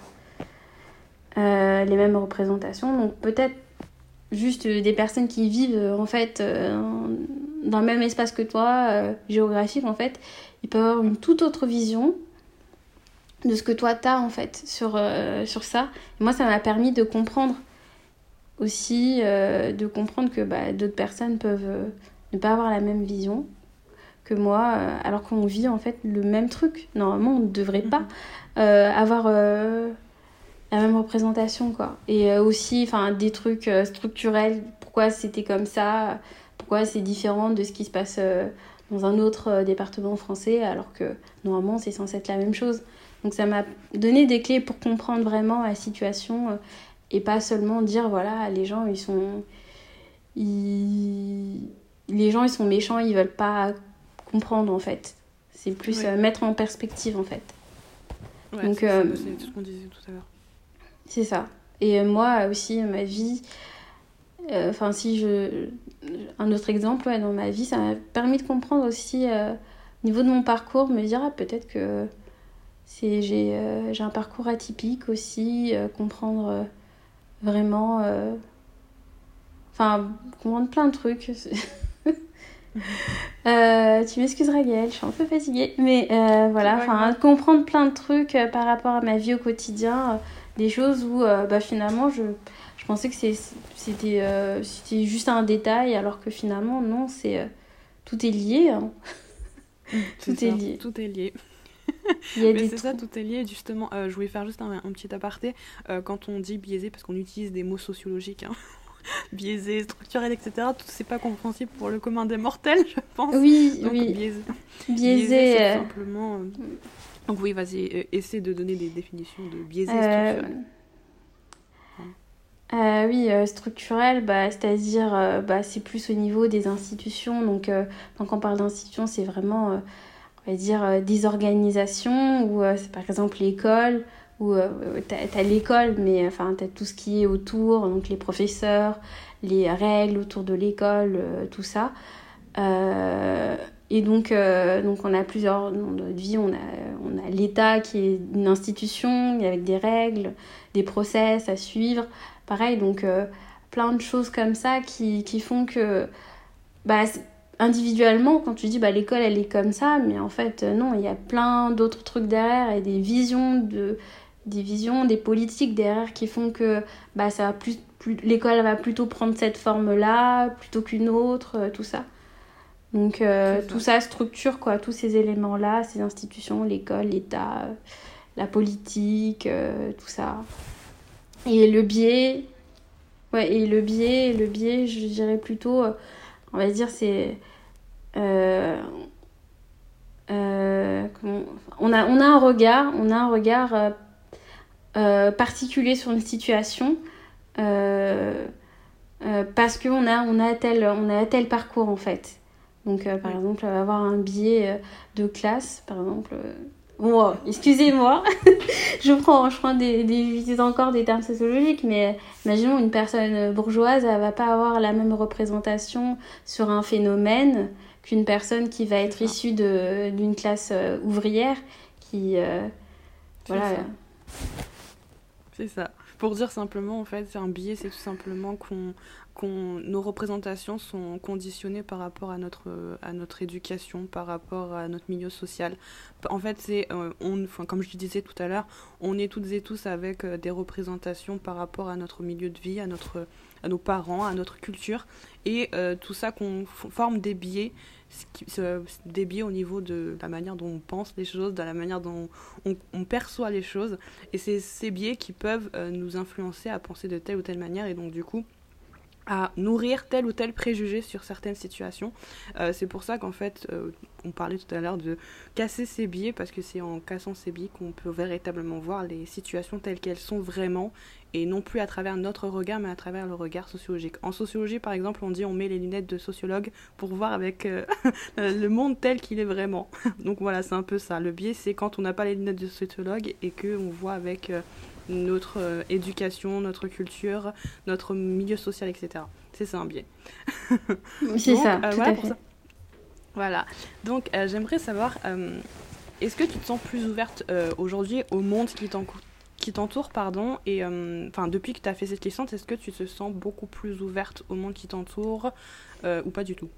euh, les mêmes représentations. Donc peut-être juste euh, des personnes qui vivent euh, en fait euh, dans le même espace que toi, euh, géographique en fait, ils peuvent avoir une toute autre vision de ce que toi t'as en fait sur euh, sur ça. Et moi, ça m'a permis de comprendre aussi, euh, de comprendre que bah, d'autres personnes peuvent euh, ne pas avoir la même vision que moi, euh, alors qu'on vit en fait le même truc. Normalement, on ne devrait pas euh, avoir euh, la même représentation, quoi. Et euh, aussi, enfin, des trucs euh, structurels, pourquoi c'était comme ça, pourquoi c'est différent de ce qui se passe euh, dans un autre euh, département français, alors que normalement, c'est censé être la même chose. Donc ça m'a donné des clés pour comprendre vraiment la situation euh, et pas seulement dire, voilà, les gens, ils sont... Ils... Les gens, ils sont méchants, ils veulent pas comprendre en fait. C'est plus oui. euh, mettre en perspective en fait. Ouais, donc, c'est, euh, c'est ce qu'on disait tout à l'heure. C'est ça. Et euh, moi aussi, ma vie, enfin euh, si je... Un autre exemple, ouais, dans ma vie, ça m'a permis de comprendre aussi, euh, au niveau de mon parcours, me dire ah, peut-être que c'est, j'ai, euh, j'ai un parcours atypique aussi, euh, comprendre euh, vraiment... Enfin, euh, comprendre plein de trucs. Euh, tu m'excuseras Gaëlle, je suis un peu fatiguée, mais euh, voilà, enfin comprendre plein de trucs euh, par rapport à ma vie au quotidien, euh, des choses où euh, bah, finalement je, je pensais que c'est, c'était, euh, c'était juste un détail, alors que finalement non, c'est euh, tout est lié. Hein. C'est tout ça, est lié. Tout est lié. Il y a mais des c'est trous. Ça, tout est lié. Justement, euh, je voulais faire juste un, un petit aparté. Euh, quand on dit biaisé, parce qu'on utilise des mots sociologiques. Hein. biaisé, structurel, et cetera. Tout c'est pas compréhensible pour le commun des mortels, je pense. Oui, Donc oui. biaisé, Biaisé. biaisé, c'est euh, tout simplement. euh, Donc oui, vas-y, euh, essaie de donner des définitions de biaisé et euh, structurel. Hein. euh, oui, euh, structurel, bah, c'est-à-dire, euh, bah, c'est plus au niveau des institutions. Donc, euh, quand on parle d'institutions, c'est vraiment, euh, on va dire, euh, des organisations où, euh, c'est par exemple l'école, où euh, t'as, t'as l'école, mais enfin, t'as tout ce qui est autour, donc les professeurs, les règles autour de l'école, euh, tout ça. Euh, et donc, euh, donc, on a plusieurs dans notre vie. On a, on a l'État qui est une institution avec des règles, des process à suivre. Pareil, donc euh, plein de choses comme ça qui, qui font que bah, individuellement, quand tu dis bah, l'école elle est comme ça, mais en fait, euh, non, il y a plein d'autres trucs derrière et des visions, de, des visions, des politiques derrière qui font que bah, ça va plus, plus, l'école va plutôt prendre cette forme-là plutôt qu'une autre, euh, tout ça. Donc euh, C'est tout ça. ça structure quoi, tous ces éléments-là, ces institutions, l'école, l'État, euh, la politique, euh, tout ça. Et le biais, ouais, et le biais, le biais, je dirais plutôt, euh, on va dire, c'est, euh, euh, comment- on a, on a un regard, on a un regard euh, euh, particulier sur une situation. euh, euh, Parce qu'on a, on a, tel, on a tel parcours en fait. Donc euh, par Oui. exemple, avoir un biais euh, de classe, par exemple. euh, Bon, euh, excusez-moi, je prends, je prends des, des, j'utilise encore des termes sociologiques, mais imaginons une personne bourgeoise, elle va pas avoir la même représentation sur un phénomène qu'une personne qui va C'est être ça. issue de, d'une classe euh, ouvrière, qui, euh, C'est voilà. ça. C'est ça. Pour dire simplement, en fait, c'est un biais, c'est tout simplement qu'on, qu'on, nos représentations sont conditionnées par rapport à notre, euh, à notre éducation, par rapport à notre milieu social. En fait, c'est, euh, on, enfin, comme je le disais tout à l'heure, on est toutes et tous avec euh, des représentations par rapport à notre milieu de vie, à, notre, à nos parents, à notre culture. Et euh, tout ça qu'on f- forme des biais, ce qui- ce- des biais au niveau de la manière dont on pense les choses, de la manière dont on, on perçoit les choses. Et c'est ces biais qui peuvent euh, nous influencer à penser de telle ou telle manière et donc du coup à nourrir tel ou tel préjugé sur certaines situations. Euh, c'est pour ça qu'en fait, euh, on parlait tout à l'heure de casser ces biais, parce que c'est en cassant ces biais qu'on peut véritablement voir les situations telles qu'elles sont vraiment, et non plus à travers notre regard, mais à travers le regard sociologique. En sociologie, par exemple, on dit on met les lunettes de sociologue pour voir avec euh, le monde tel qu'il est vraiment. Donc voilà, c'est un peu ça. Le biais, c'est quand on n'a pas les lunettes de sociologue et qu'on voit avec... Euh, notre euh, éducation, notre culture, notre milieu social, et cetera. C'est ça un biais. C'est Donc ça, euh, tout voilà à pour fait. ça. Voilà. Donc euh, j'aimerais savoir, euh, est-ce que tu te sens plus ouverte euh, aujourd'hui au monde qui t'entoure, qui t'entoure, pardon, et euh, enfin depuis que tu as fait cette licence, est-ce que tu te sens beaucoup plus ouverte au monde qui t'entoure euh, ou pas du tout?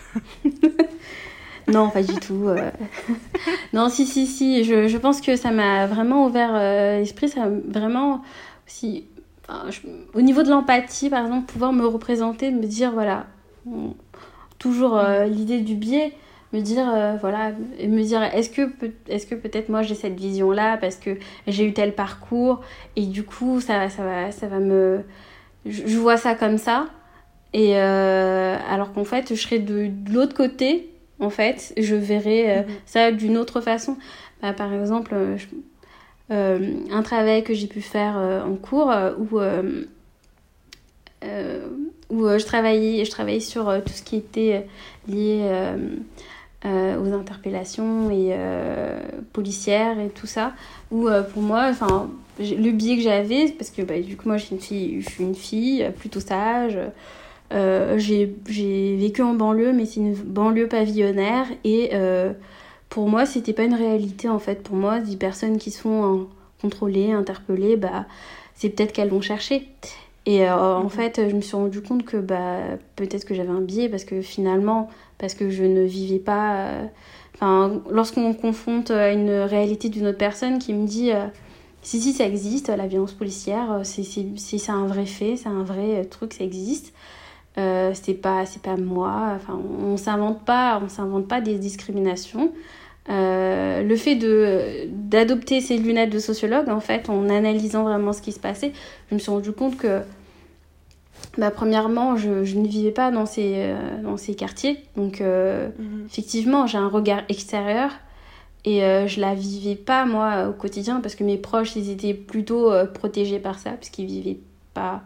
Non, pas du tout. euh. Non, si, si, si. Je, je pense que ça m'a vraiment ouvert euh, l'esprit. Ça m'a vraiment aussi. Enfin, je- au niveau de l'empathie, par exemple, pouvoir me représenter, me dire, voilà, on- toujours Mm. euh, l'idée du biais, me dire, euh, voilà, et me dire, est-ce que, peut, est-ce que peut-être moi j'ai cette vision-là parce que j'ai eu tel parcours et du coup, ça, ça, va, ça va me. Je, je vois ça comme ça. Et euh, alors qu'en fait, je serais de, de l'autre côté, en fait, je verrais euh, Mhm. ça d'une autre façon. Bah, par exemple, euh, je- euh, un travail que j'ai pu faire euh, en cours euh, où, euh, euh, où euh, je, travaillais, je travaillais sur euh, tout ce qui était lié euh, euh, aux interpellations et euh, policières et tout ça. Où euh, pour moi, enfin, le biais que j'avais, parce que bah, du coup, moi, je suis une fille, je suis une fille euh, plutôt sage. Euh, j'ai, j'ai vécu en banlieue, mais c'est une banlieue pavillonnaire. Et euh, pour moi, c'était pas une réalité en fait. Pour moi, des personnes qui sont euh, contrôlées, interpellées, bah, c'est peut-être qu'elles vont chercher. Et euh, en Mhm. fait, je me suis rendu compte que bah, peut-être que j'avais un biais parce que finalement, parce que je ne vivais pas. euh, Enfin, lorsqu'on confronte à une réalité d'une autre personne qui me dit. euh, si, si, ça existe, la violence policière, euh, c'est, c'est, c'est, c'est un vrai fait, c'est un vrai euh, truc, ça existe. Euh, c'est pas c'est pas moi, enfin on s'invente pas on s'invente pas des discriminations. Euh, le fait de d'adopter ces lunettes de sociologue, en fait, en analysant vraiment ce qui se passait, je me suis rendu compte que Bah, premièrement, je, je ne vivais pas dans ces, euh, dans ces quartiers. Donc, euh, mmh. effectivement, j'ai un regard extérieur. Et euh, je la vivais pas, moi, au quotidien. Parce que mes proches, ils étaient plutôt euh, protégés par ça. Parce qu'ils vivaient pas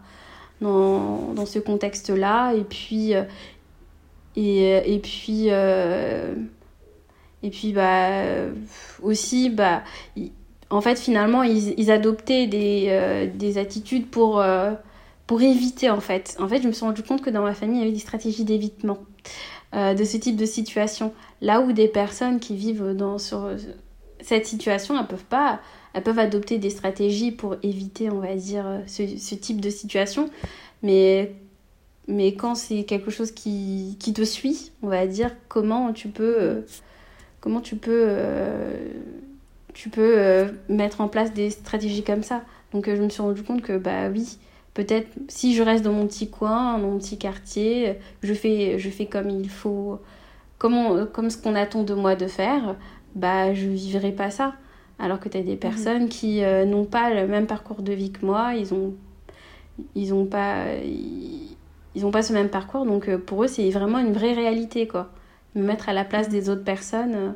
dans, dans ce contexte-là. Et puis... Euh, et, et puis... Euh, et puis, bah... Aussi, bah... Y, en fait, finalement, ils, ils adoptaient des, euh, des attitudes pour... Euh, pour éviter, en fait. En fait, je me suis rendu compte que dans ma famille, il y avait des stratégies d'évitement euh, de ce type de situation. Là où des personnes qui vivent dans, sur cette situation, elles peuvent pas... Elles peuvent adopter des stratégies pour éviter, on va dire, ce, ce type de situation. Mais, mais quand c'est quelque chose qui, qui te suit, on va dire, comment tu peux... Euh, comment tu peux... Euh, tu peux euh, mettre en place des stratégies comme ça. Donc, euh, je me suis rendu compte que, bah oui... Peut-être, si je reste dans mon petit coin, dans mon petit quartier, je fais, je fais comme il faut, comme, on, comme ce qu'on attend de moi de faire, bah, je ne vivrai pas ça. Alors que tu as des personnes mmh. qui euh, n'ont pas le même parcours de vie que moi, ils n'ont ils ont pas, ils, ils ont pas ce même parcours, donc euh, pour eux, c'est vraiment une vraie réalité, quoi. Me mettre à la place des autres personnes, euh,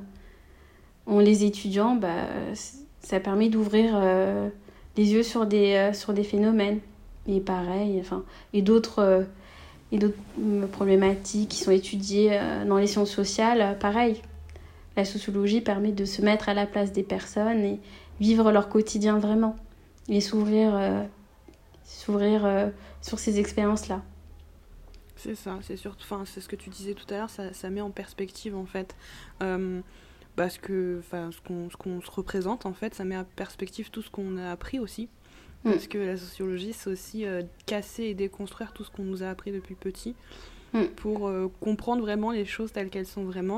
en les étudiant, bah, ça permet d'ouvrir euh, les yeux sur des, euh, sur des phénomènes. Et pareil, enfin, et d'autres, euh, et d'autres problématiques qui sont étudiées euh, dans les sciences sociales, euh, pareil. La sociologie permet de se mettre à la place des personnes et vivre leur quotidien vraiment. Et s'ouvrir, euh, s'ouvrir euh, sur ces expériences-là. C'est ça, c'est surtout, enfin, c'est ce que tu disais tout à l'heure, ça, ça met en perspective en fait. Euh, parce que, enfin, ce qu'on, ce qu'on se représente en fait, ça met en perspective tout ce qu'on a appris aussi. Parce que la sociologie, c'est aussi euh, casser et déconstruire tout ce qu'on nous a appris depuis petit mm. pour euh, comprendre vraiment les choses telles qu'elles sont vraiment.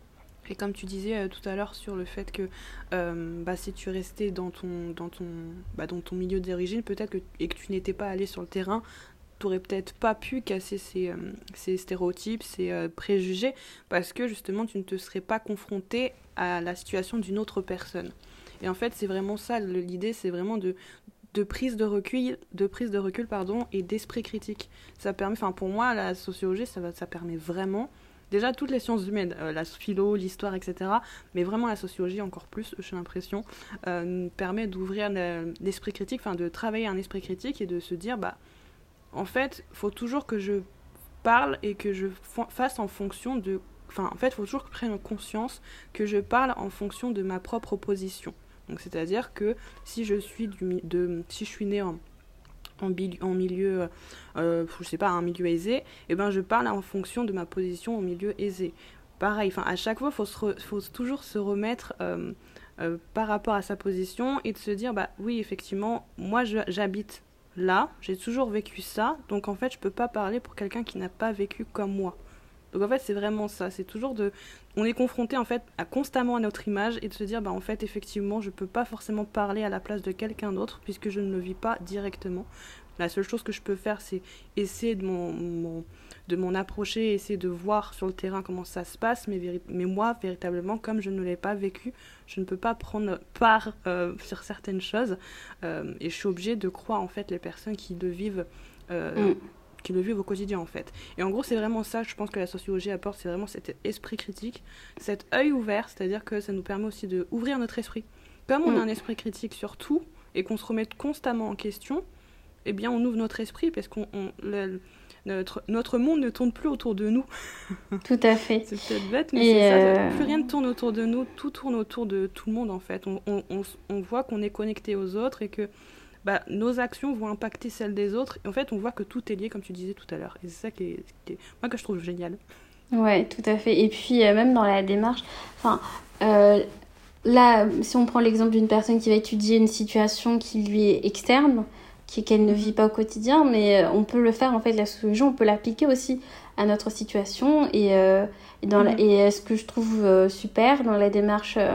Et comme tu disais euh, tout à l'heure sur le fait que euh, bah, si tu restais dans ton, dans ton, bah, dans ton milieu d'origine, peut-être que, et que tu n'étais pas allé sur le terrain, tu n'aurais peut-être pas pu casser ces, euh, ces stéréotypes, ces euh, préjugés, parce que justement, tu ne te serais pas confronté à la situation d'une autre personne. Et en fait, c'est vraiment ça, l'idée, c'est vraiment de... de prise de recul, de prise de recul pardon, et d'esprit critique. Ça permet, enfin pour moi, la sociologie, ça, va, ça permet vraiment, déjà toutes les sciences humaines, euh, la philo, l'histoire, et cetera, mais vraiment la sociologie encore plus, j'ai l'impression, euh, permet d'ouvrir l'esprit critique, enfin de travailler un esprit critique et de se dire, bah, en fait, il faut toujours que je parle et que je fasse en fonction de, enfin, en fait, il faut toujours que je prenne conscience que je parle en fonction de ma propre position. Donc, c'est-à-dire que si je suis, du, de, si je suis née en, en, bi, en milieu, euh, je sais pas, un milieu aisé, eh ben, je parle en fonction de ma position au milieu aisé. Pareil, à chaque fois, il faut, faut toujours se remettre euh, euh, par rapport à sa position et de se dire, bah oui, effectivement, moi, je, j'habite là, j'ai toujours vécu ça, donc en fait, je peux pas parler pour quelqu'un qui n'a pas vécu comme moi. Donc en fait, c'est vraiment ça, c'est toujours de... On est confronté en fait à, constamment à notre image et de se dire, bah en fait, effectivement, je peux pas forcément parler à la place de quelqu'un d'autre puisque je ne le vis pas directement. La seule chose que je peux faire, c'est essayer de m'en, mon, de m'en approcher, essayer de voir sur le terrain comment ça se passe, mais, véri- mais moi, véritablement, comme je ne l'ai pas vécu, je ne peux pas prendre part euh, sur certaines choses euh, et je suis obligée de croire en fait les personnes qui le vivent euh, mm. qui le vivent au quotidien en fait. Et en gros, c'est vraiment ça, je pense que la sociologie apporte, c'est vraiment cet esprit critique, cet œil ouvert, c'est-à-dire que ça nous permet aussi d'ouvrir notre esprit. Comme on mmh. a un esprit critique sur tout et qu'on se remet constamment en question, eh bien on ouvre notre esprit parce qu'on on, le, notre, notre monde ne tourne plus autour de nous. Tout à fait. C'est peut-être bête, mais et c'est euh... ça, ça. Plus rien ne tourne autour de nous, tout tourne autour de tout le monde en fait. On, on, on, on voit qu'on est connecté aux autres et que bah, nos actions vont impacter celles des autres. Et en fait, on voit que tout est lié, comme tu disais tout à l'heure. Et c'est ça qui est, qui est moi, que je trouve génial. Ouais, tout à fait. Et puis, euh, même dans la démarche, enfin, euh, là, si on prend l'exemple d'une personne qui va étudier une situation qui lui est externe, qui, qu'elle ne vit pas au quotidien, mais on peut le faire, en fait, la sociologie, on peut l'appliquer aussi à notre situation. Et, euh, et, dans mm-hmm. la, et ce que je trouve euh, super dans la démarche... Euh,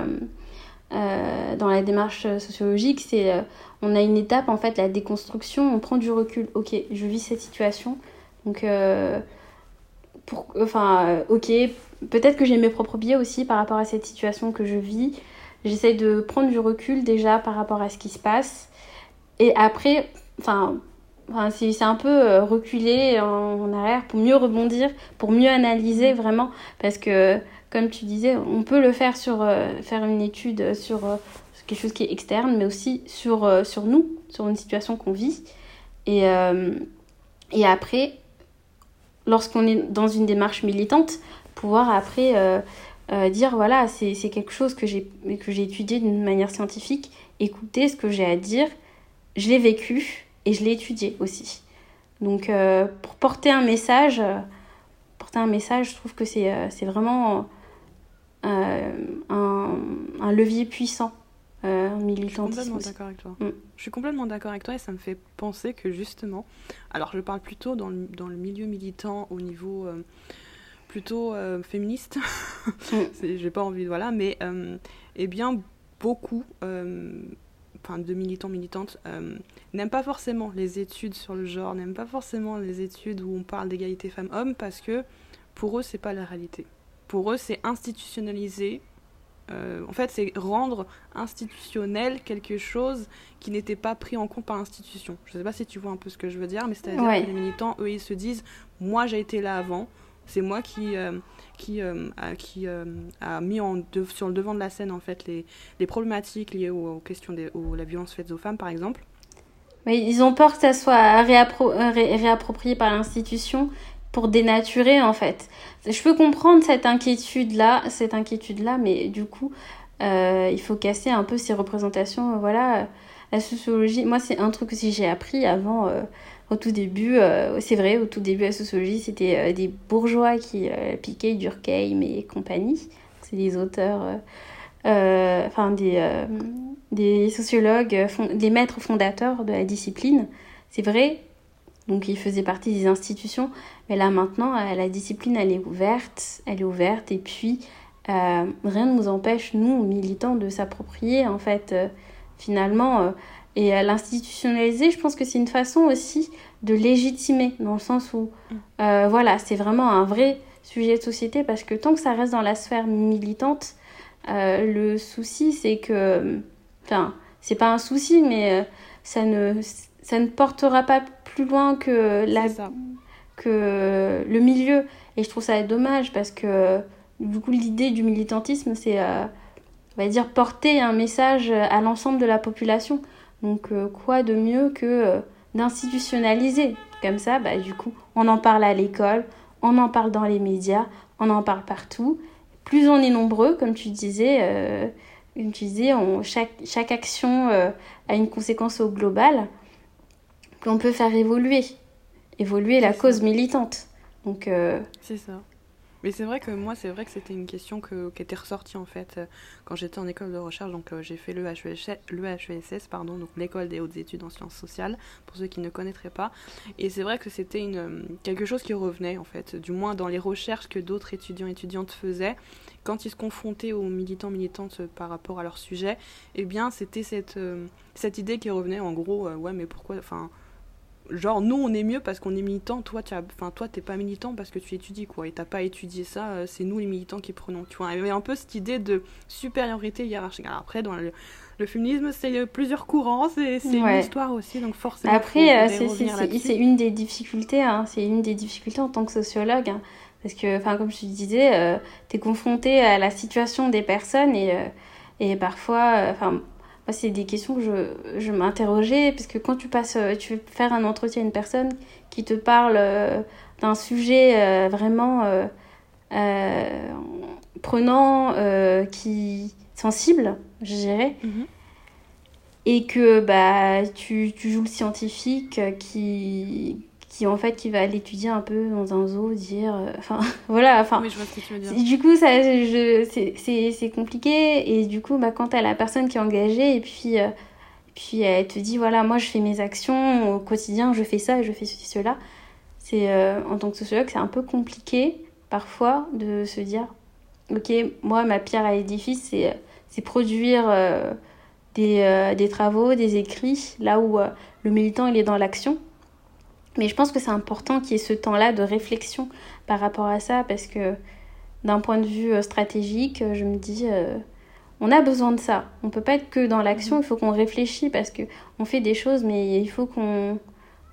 Euh, dans la démarche sociologique, c'est euh, on a une étape en fait, la déconstruction, on prend du recul. Ok, je vis cette situation, donc euh, pour, enfin euh, ok, peut-être que j'ai mes propres biais aussi par rapport à cette situation que je vis. J'essaie de prendre du recul déjà par rapport à ce qui se passe, et après, enfin enfin, c'est, c'est un peu euh, reculer en, en arrière pour mieux rebondir, pour mieux analyser vraiment. Parce que, comme tu disais, on peut le faire sur euh, faire une étude sur, euh, sur quelque chose qui est externe, mais aussi sur, euh, sur nous, sur une situation qu'on vit. Et, euh, et après, lorsqu'on est dans une démarche militante, pouvoir après euh, euh, dire voilà, c'est, c'est quelque chose que j'ai, que j'ai étudié d'une manière scientifique, écoutez ce que j'ai à dire, je l'ai vécu et je l'ai étudié aussi. Donc euh, pour porter un message, euh, porter un message, je trouve que c'est, euh, c'est vraiment euh, un, un levier puissant, euh, un militantisme. Je suis complètement aussi. d'accord avec toi. Mm. Je suis complètement d'accord avec toi et ça me fait penser que justement, alors je parle plutôt dans le, dans le milieu militant au niveau euh, plutôt euh, féministe, Mm. c'est, j'ai pas envie de voilà, mais euh, eh bien beaucoup euh, enfin, de militants militantes euh, n'aiment pas forcément les études sur le genre, n'aiment pas forcément les études où on parle d'égalité femmes-hommes parce que pour eux c'est pas la réalité. Pour eux c'est institutionnalisé. Euh, en fait, c'est rendre institutionnel quelque chose qui n'était pas pris en compte par l'institution. Je ne sais pas si tu vois un peu ce que je veux dire, mais c'est-à-dire Ouais. que les militants, eux, ils se disent « Moi, j'ai été là avant. C'est moi qui, euh, qui, euh, a, qui euh, a mis en de, sur le devant de la scène en fait, les, les problématiques liées aux, aux questions de la violence faite aux femmes, par exemple. » Mais ils ont peur que ça soit réappro- ré- réapproprié par l'institution pour dénaturer, en fait. Je peux comprendre cette inquiétude-là, cette inquiétude-là, mais du coup, euh, il faut casser un peu ces représentations. Voilà, la sociologie, moi, c'est un truc aussi que j'ai appris avant, euh, au tout début. Euh, c'est vrai, au tout début, la sociologie, c'était euh, des bourgeois qui euh, piquaient Durkheim et compagnie. C'est des auteurs... Euh, euh, enfin, des, euh, des sociologues, fond- des maîtres fondateurs de la discipline. C'est vrai, donc ils faisaient partie des institutions, mais là maintenant, euh, la discipline, elle est ouverte, elle est ouverte, et puis euh, rien ne nous empêche, nous, militants, de s'approprier, en fait, euh, finalement, euh, et à l'institutionnaliser, je pense que c'est une façon aussi de légitimer, dans le sens où, euh, voilà, c'est vraiment un vrai sujet de société, parce que tant que ça reste dans la sphère militante, euh, le souci, c'est que, enfin, c'est pas un souci, mais euh, ça ne, ça ne portera pas plus loin que, la, que le milieu. Et je trouve ça dommage parce que, du coup, l'idée du militantisme, c'est, euh, on va dire, porter un message à l'ensemble de la population. Donc, euh, quoi de mieux que euh, d'institutionnaliser. Comme ça, bah, du coup, on en parle à l'école, on en parle dans les médias, on en parle partout. Plus on est nombreux, comme tu disais, euh, comme tu disais on, chaque, chaque action euh, a une conséquence au global, qu'on peut faire évoluer, évoluer la cause militante. Donc, euh... c'est ça. Mais c'est vrai que moi, c'est vrai que c'était une question que, qui était ressortie en fait euh, quand j'étais en école de recherche. Donc euh, j'ai fait l'E H E S S, pardon, donc l'école des hautes études en sciences sociales, pour ceux qui ne connaîtraient pas. Et c'est vrai que c'était une, quelque chose qui revenait en fait, du moins dans les recherches que d'autres étudiants et étudiantes faisaient. Quand ils se confrontaient aux militants militantes par rapport à leur sujet, eh bien c'était cette, euh, cette idée qui revenait en gros, euh, ouais mais pourquoi, enfin... genre nous on est mieux parce qu'on est militant, toi tu enfin toi t'es pas militant parce que tu étudies quoi et t'as pas étudié ça, euh, c'est nous les militants qui prenons, tu vois. Il y avait un peu cette idée de supériorité hiérarchique. Alors après dans le, le féminisme c'est plusieurs courants, c'est, c'est ouais. une histoire aussi, donc forcément après faut, faut c'est, c'est, c'est, c'est une des difficultés hein, c'est une des difficultés en tant que sociologue hein, parce que enfin comme je te disais euh, t'es confronté à la situation des personnes et, euh, et parfois enfin euh, moi, c'est des questions que je, je m'interrogeais, parce que quand tu passes, tu veux faire un entretien à une personne qui te parle euh, d'un sujet euh, vraiment euh, euh, prenant, euh, qui sensible, je dirais, mm-hmm. et que bah, tu, tu joues le scientifique qui... qui en fait qui va l'étudier un peu dans un zoo, dire enfin euh, voilà enfin oui, je vois ce que tu veux dire. Du coup ça je c'est c'est c'est compliqué et du coup bah quand t'as la personne qui est engagée et puis euh, puis elle te dit voilà moi je fais mes actions au quotidien, je fais ça et je fais ceci cela, c'est euh, en tant que sociologue c'est un peu compliqué parfois de se dire ok moi ma pierre à l'édifice c'est c'est produire euh, des euh, des travaux, des écrits là où euh, le militant il est dans l'action. Mais je pense que c'est important qu'il y ait ce temps-là de réflexion par rapport à ça, parce que d'un point de vue stratégique, je me dis, euh, on a besoin de ça. On ne peut pas être que dans l'action, il faut qu'on réfléchisse, parce qu'on fait des choses, mais il faut qu'on,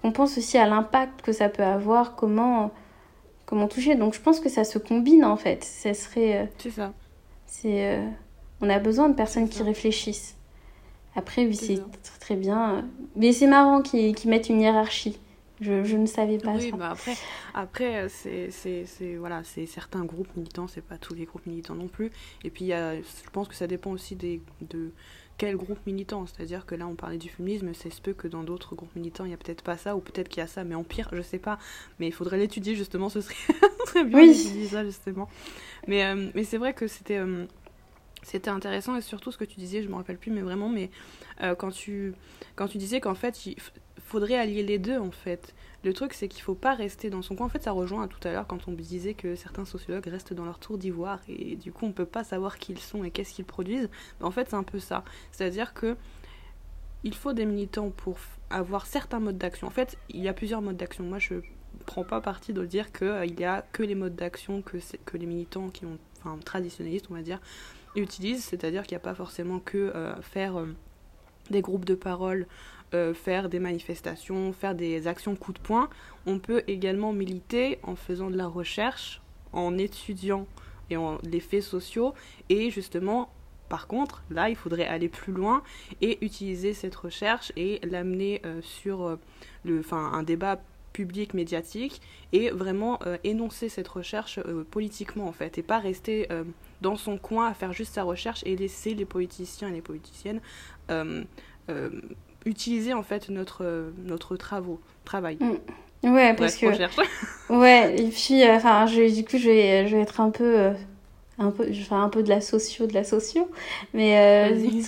qu'on pense aussi à l'impact que ça peut avoir, comment, comment toucher. Donc je pense que ça se combine en fait. Ça serait, euh, C'est ça. c'est, euh, on a besoin de personnes C'est qui ça. réfléchissent. Après, oui, C'est c'est ça. très, très bien. Mais c'est marrant qu'ils, qu'ils mettent une hiérarchie. Je, je ne savais pas Oui, ça. bah après, après euh, c'est, c'est, c'est, voilà, c'est certains groupes militants, c'est pas tous les groupes militants non plus. Et puis, il y a, je pense que ça dépend aussi des, de quel groupe militant. C'est-à-dire que là, on parlait du féminisme, c'est se peut que dans d'autres groupes militants, il n'y a peut-être pas ça, ou peut-être qu'il y a ça, mais en pire, je sais pas. Mais il faudrait l'étudier, justement, ce serait, ce serait bien Oui. d'étudier ça, justement. Mais, euh, mais c'est vrai que c'était... euh, C'était intéressant, et surtout ce que tu disais, je me rappelle plus, mais vraiment, mais euh, quand, tu, quand tu disais qu'en fait, il f- faudrait allier les deux, en fait. Le truc, c'est qu'il faut pas rester dans son coin. En fait, ça rejoint à tout à l'heure quand on disait que certains sociologues restent dans leur tour d'ivoire, et du coup, on peut pas savoir qui ils sont et qu'est-ce qu'ils produisent. En fait, c'est un peu ça. C'est-à-dire que il faut des militants pour f- avoir certains modes d'action. En fait, il y a plusieurs modes d'action. Moi, je prends pas parti de dire qu'il euh, y a que les modes d'action que, c'est- que les militants qui ont, enfin, traditionnalistes, on va dire, utilisent, c'est-à-dire qu'il n'y a pas forcément que euh, faire euh, des groupes de parole, euh, faire des manifestations, faire des actions coup de poing. On peut également militer en faisant de la recherche, en étudiant et en les faits sociaux, et justement, par contre, là, il faudrait aller plus loin et utiliser cette recherche et l'amener euh, sur euh, le, enfin, un débat public, médiatique, et vraiment euh, énoncer cette recherche euh, politiquement, en fait, et pas rester euh, dans son coin à faire juste sa recherche et laisser les politiciens et les politiciennes euh, euh, utiliser, en fait, notre, euh, notre travaux, travail. Mm. Ouais, parce Bref, que... recherche. Ouais, et puis, euh, enfin, je, du coup, je vais, je vais être un peu... euh, un peu, je vais faire un peu de la socio, de la socio. Mais, euh, Vas-y.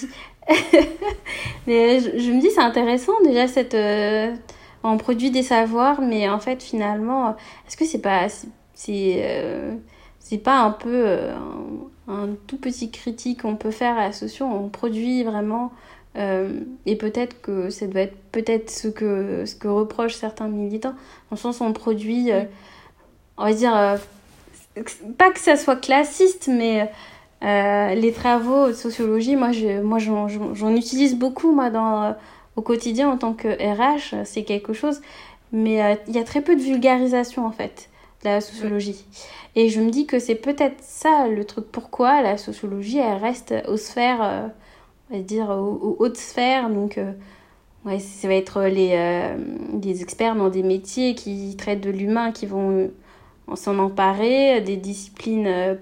mais je, je me dis, c'est intéressant, déjà, cette... euh, on produit des savoirs, mais en fait, finalement, est-ce que c'est pas... C'est, c'est, euh, c'est pas un peu euh, un, un tout petit critique qu'on peut faire à la socio? On produit vraiment... euh, et peut-être que ça doit être peut-être ce que, ce que reprochent certains militants. Dans le sens où on produit... euh, on va dire, euh, pas que ça soit classiste, mais euh, les travaux de sociologie, moi, je, moi j'en, j'en, j'en utilise beaucoup moi, dans, euh, au quotidien en tant que R H, c'est quelque chose, mais euh, il y a très peu de vulgarisation en fait de la sociologie. Ouais. Et je me dis que c'est peut-être ça le truc, pourquoi la sociologie, elle reste aux sphères, euh, on va dire, aux, aux hautes sphères, donc... Euh, ouais, ça va être les, euh, des experts dans des métiers qui traitent de l'humain, qui vont s'en emparer, des disciplines euh,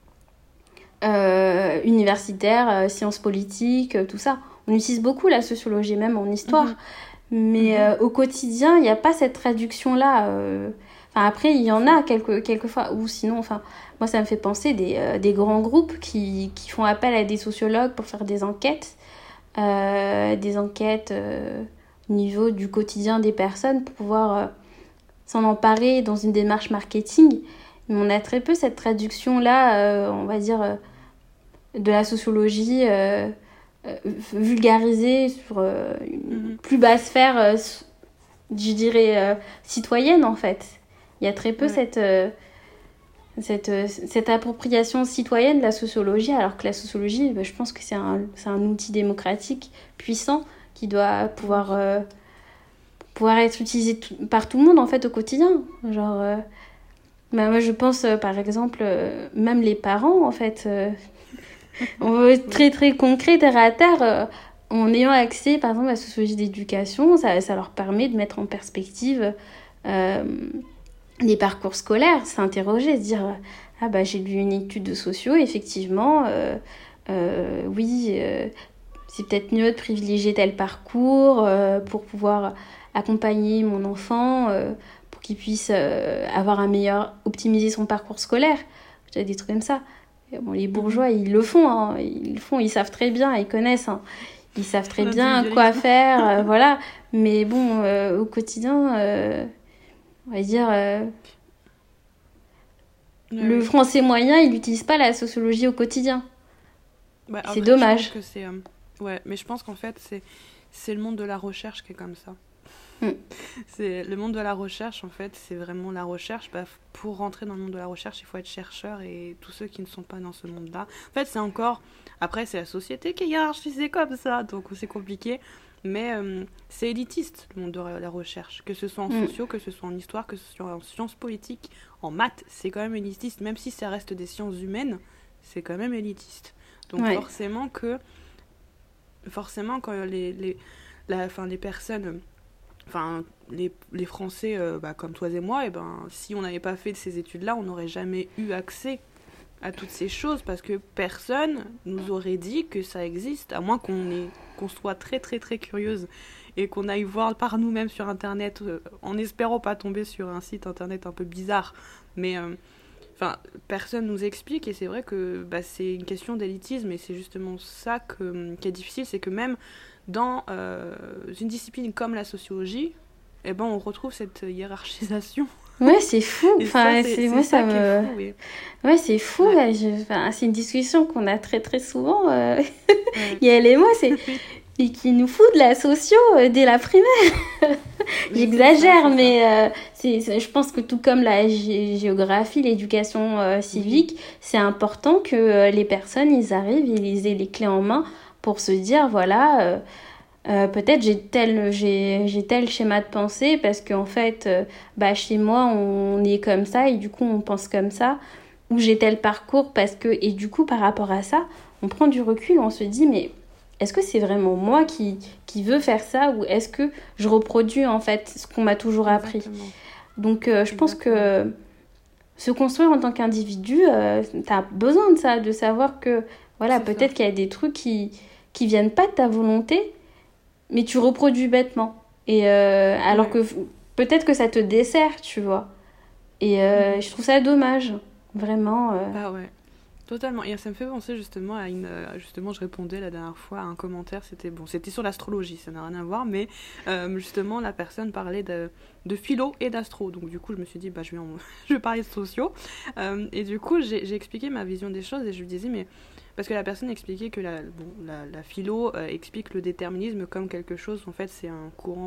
euh, universitaires, euh, sciences politiques, euh, tout ça. On utilise beaucoup la sociologie, même en histoire. Mm-hmm. Mais euh, au quotidien, il n'y a pas cette traduction-là. Euh... Enfin, après, il y en a quelques, quelques fois. Ou sinon, enfin, moi, ça me fait penser des, euh, des grands groupes qui, qui font appel à des sociologues pour faire des enquêtes. Euh, des enquêtes euh, au niveau du quotidien des personnes pour pouvoir euh, s'en emparer dans une démarche marketing. Mais on a très peu cette traduction-là, euh, on va dire, euh, de la sociologie euh, euh, vulgarisée sur euh, une mm-hmm. plus basse sphère, euh, je dirais, euh, citoyenne, en fait. Il y a très peu ouais. cette... Euh, Cette, cette appropriation citoyenne de la sociologie, alors que la sociologie, bah, je pense que c'est un, c'est un outil démocratique puissant qui doit pouvoir, euh, pouvoir être utilisé tout, par tout le monde en fait au quotidien. Genre, euh, bah, moi je pense euh, par exemple, euh, même les parents en fait, euh, on veut être très très concret, terre à terre, euh, en ayant accès par exemple à la sociologie d'éducation, ça, ça leur permet de mettre en perspective euh, les parcours scolaires, s'interroger, se dire ah bah j'ai lu une étude de sociaux, effectivement, euh, euh, oui, euh, c'est peut-être mieux de privilégier tel parcours euh, pour pouvoir accompagner mon enfant, euh, pour qu'il puisse euh, avoir un meilleur, optimiser son parcours scolaire, des trucs comme ça. Et bon, les bourgeois, ils le font, hein, ils le font, ils savent très bien, ils connaissent, hein, ils savent très bien quoi faire, euh, voilà. Mais bon, euh, au quotidien. Euh, on va dire, euh, ouais. Le français moyen, il n'utilise pas la sociologie au quotidien. Bah, c'est après, dommage. Je pense que c'est, euh, ouais, mais je pense qu'en fait, c'est, c'est le monde de la recherche qui est comme ça. Mm. C'est, le monde de la recherche, en fait, c'est vraiment la recherche. Bah, pour rentrer dans le monde de la recherche, il faut être chercheur, et tous ceux qui ne sont pas dans ce monde-là... En fait, c'est encore... Après, c'est la société qui est hiérarchisée comme ça, donc c'est compliqué. mais euh, c'est élitiste le monde de la recherche, que ce soit en Mm. sociaux, que ce soit en histoire, que ce soit en sciences politiques, en maths, c'est quand même élitiste, même si ça reste des sciences humaines, c'est quand même élitiste. Donc Ouais. forcément que, forcément quand les, les, la, enfin, les personnes, enfin les, les Français euh, bah, comme toi et moi, et ben, si on n'avait pas fait de ces études-là, on n'aurait jamais eu accès à toutes ces choses parce que personne nous aurait dit que ça existe, à moins qu'on ait, qu'on soit très très très curieuse et qu'on aille voir par nous-mêmes sur internet euh, en espérant pas tomber sur un site internet un peu bizarre, mais euh, enfin personne nous explique, et c'est vrai que bah, c'est une question d'élitisme, et c'est justement ça que, qui est difficile, c'est que même dans euh, une discipline comme la sociologie, eh ben, on retrouve cette hiérarchisation. Ouais, c'est fou. Et Enfin, ça, c'est, c'est, c'est moi, ça ça qui me... est fou. Oui. Ouais, c'est fou. Ouais. Ouais, je- enfin, c'est une discussion qu'on a très, très souvent. Euh... Ouais. Il y a elle et moi, c'est... Et qui nous fout de la socio euh, dès la primaire. Mais J'exagère, c'est ça, c'est mais euh, c'est, c'est- je pense que tout comme la gé- géographie, l'éducation euh, civique, Oui. c'est important que euh, les personnes, ils arrivent, ils aient les clés en main pour se dire, voilà, euh, euh, peut-être j'ai tel, j'ai, j'ai tel schéma de pensée parce qu'en fait, euh, bah, chez moi, on est comme ça et du coup, on pense comme ça. Ou j'ai tel parcours parce que... Et du coup, par rapport à ça, on prend du recul, on se dit, mais est-ce que c'est vraiment moi qui, qui veux faire ça ou est-ce que je reproduis en fait ce qu'on m'a toujours appris? Exactement. Donc euh, je pense Exactement. que se construire en tant qu'individu, euh, t'as besoin de ça, de savoir que voilà, C'est ça. peut-être qu'il y a des trucs qui, qui viennent pas de ta volonté, mais tu reproduis bêtement. Et euh, alors Ouais. que f- peut-être que ça te dessert, tu vois. Et euh, Mhm. je trouve ça dommage, vraiment. euh. Bah ouais. Totalement. Et ça me fait penser justement à une. euh, Justement, je répondais la dernière fois à un commentaire. C'était bon, c'était sur l'astrologie, ça n'a rien à voir, mais euh, justement, la personne parlait de, de philo et d'astro. Donc, du coup, je me suis dit, bah, je vais, en- je vais parler de sociaux. Euh, et du coup, j'ai j'ai expliqué ma vision des choses et je lui disais, mais. Parce que la personne expliquait que la, bon, la, la philo euh, explique le déterminisme comme quelque chose, en fait, c'est un courant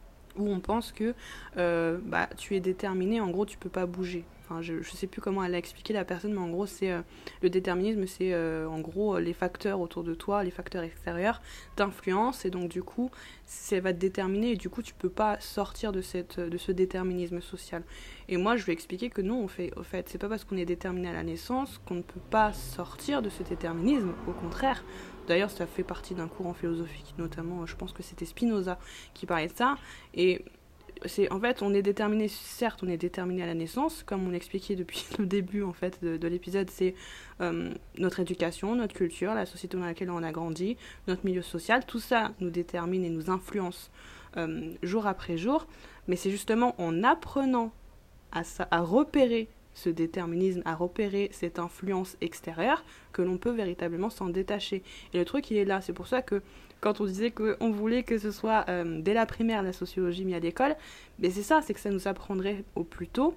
où on pense que euh, bah, tu es déterminé, en gros tu peux pas bouger. Enfin, je, je sais plus comment elle a expliqué la personne, mais en gros c'est euh, le déterminisme, c'est euh, en gros euh, les facteurs autour de toi, les facteurs extérieurs t'influencent, et donc du coup ça va te déterminer, et du coup tu peux pas sortir de, cette, de ce déterminisme social. Et moi je lui ai expliqué que non, on fait, au fait c'est pas parce qu'on est déterminé à la naissance qu'on ne peut pas sortir de ce déterminisme, au contraire. D'ailleurs, ça fait partie d'un courant philosophique, notamment, je pense que c'était Spinoza qui parlait de ça. Et c'est, en fait, on est déterminé, certes, on est déterminé à la naissance, comme on l'expliquait depuis le début en fait de, de l'épisode, c'est euh, notre éducation, notre culture, la société dans laquelle on a grandi, notre milieu social, tout ça nous détermine et nous influence euh, jour après jour. Mais c'est justement en apprenant à, ça, à repérer ce déterminisme, à repérer cette influence extérieure, que l'on peut véritablement s'en détacher. Et le truc, il est là. C'est pour ça que quand on disait qu'on voulait que ce soit euh, dès la primaire la sociologie mise à l'école, mais c'est ça, c'est que ça nous apprendrait au plus tôt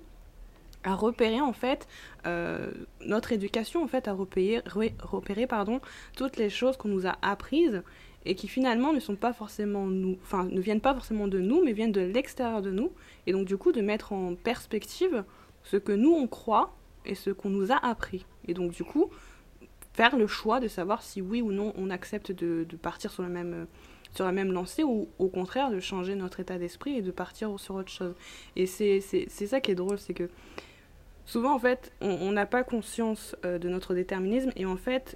à repérer en fait euh, notre éducation, en fait, à repérer, re- repérer pardon, toutes les choses qu'on nous a apprises et qui finalement ne sont pas forcément nous, enfin ne viennent pas forcément de nous, mais viennent de l'extérieur de nous. Et donc du coup de mettre en perspective ce que nous on croit et ce qu'on nous a appris. Et donc du coup faire le choix de savoir si oui ou non on accepte de, de partir sur la même sur la même lancée, ou au contraire de changer notre état d'esprit et de partir sur autre chose. Et c'est, c'est, c'est ça qui est drôle, c'est que souvent en fait on n'a pas conscience euh, de notre déterminisme, et en fait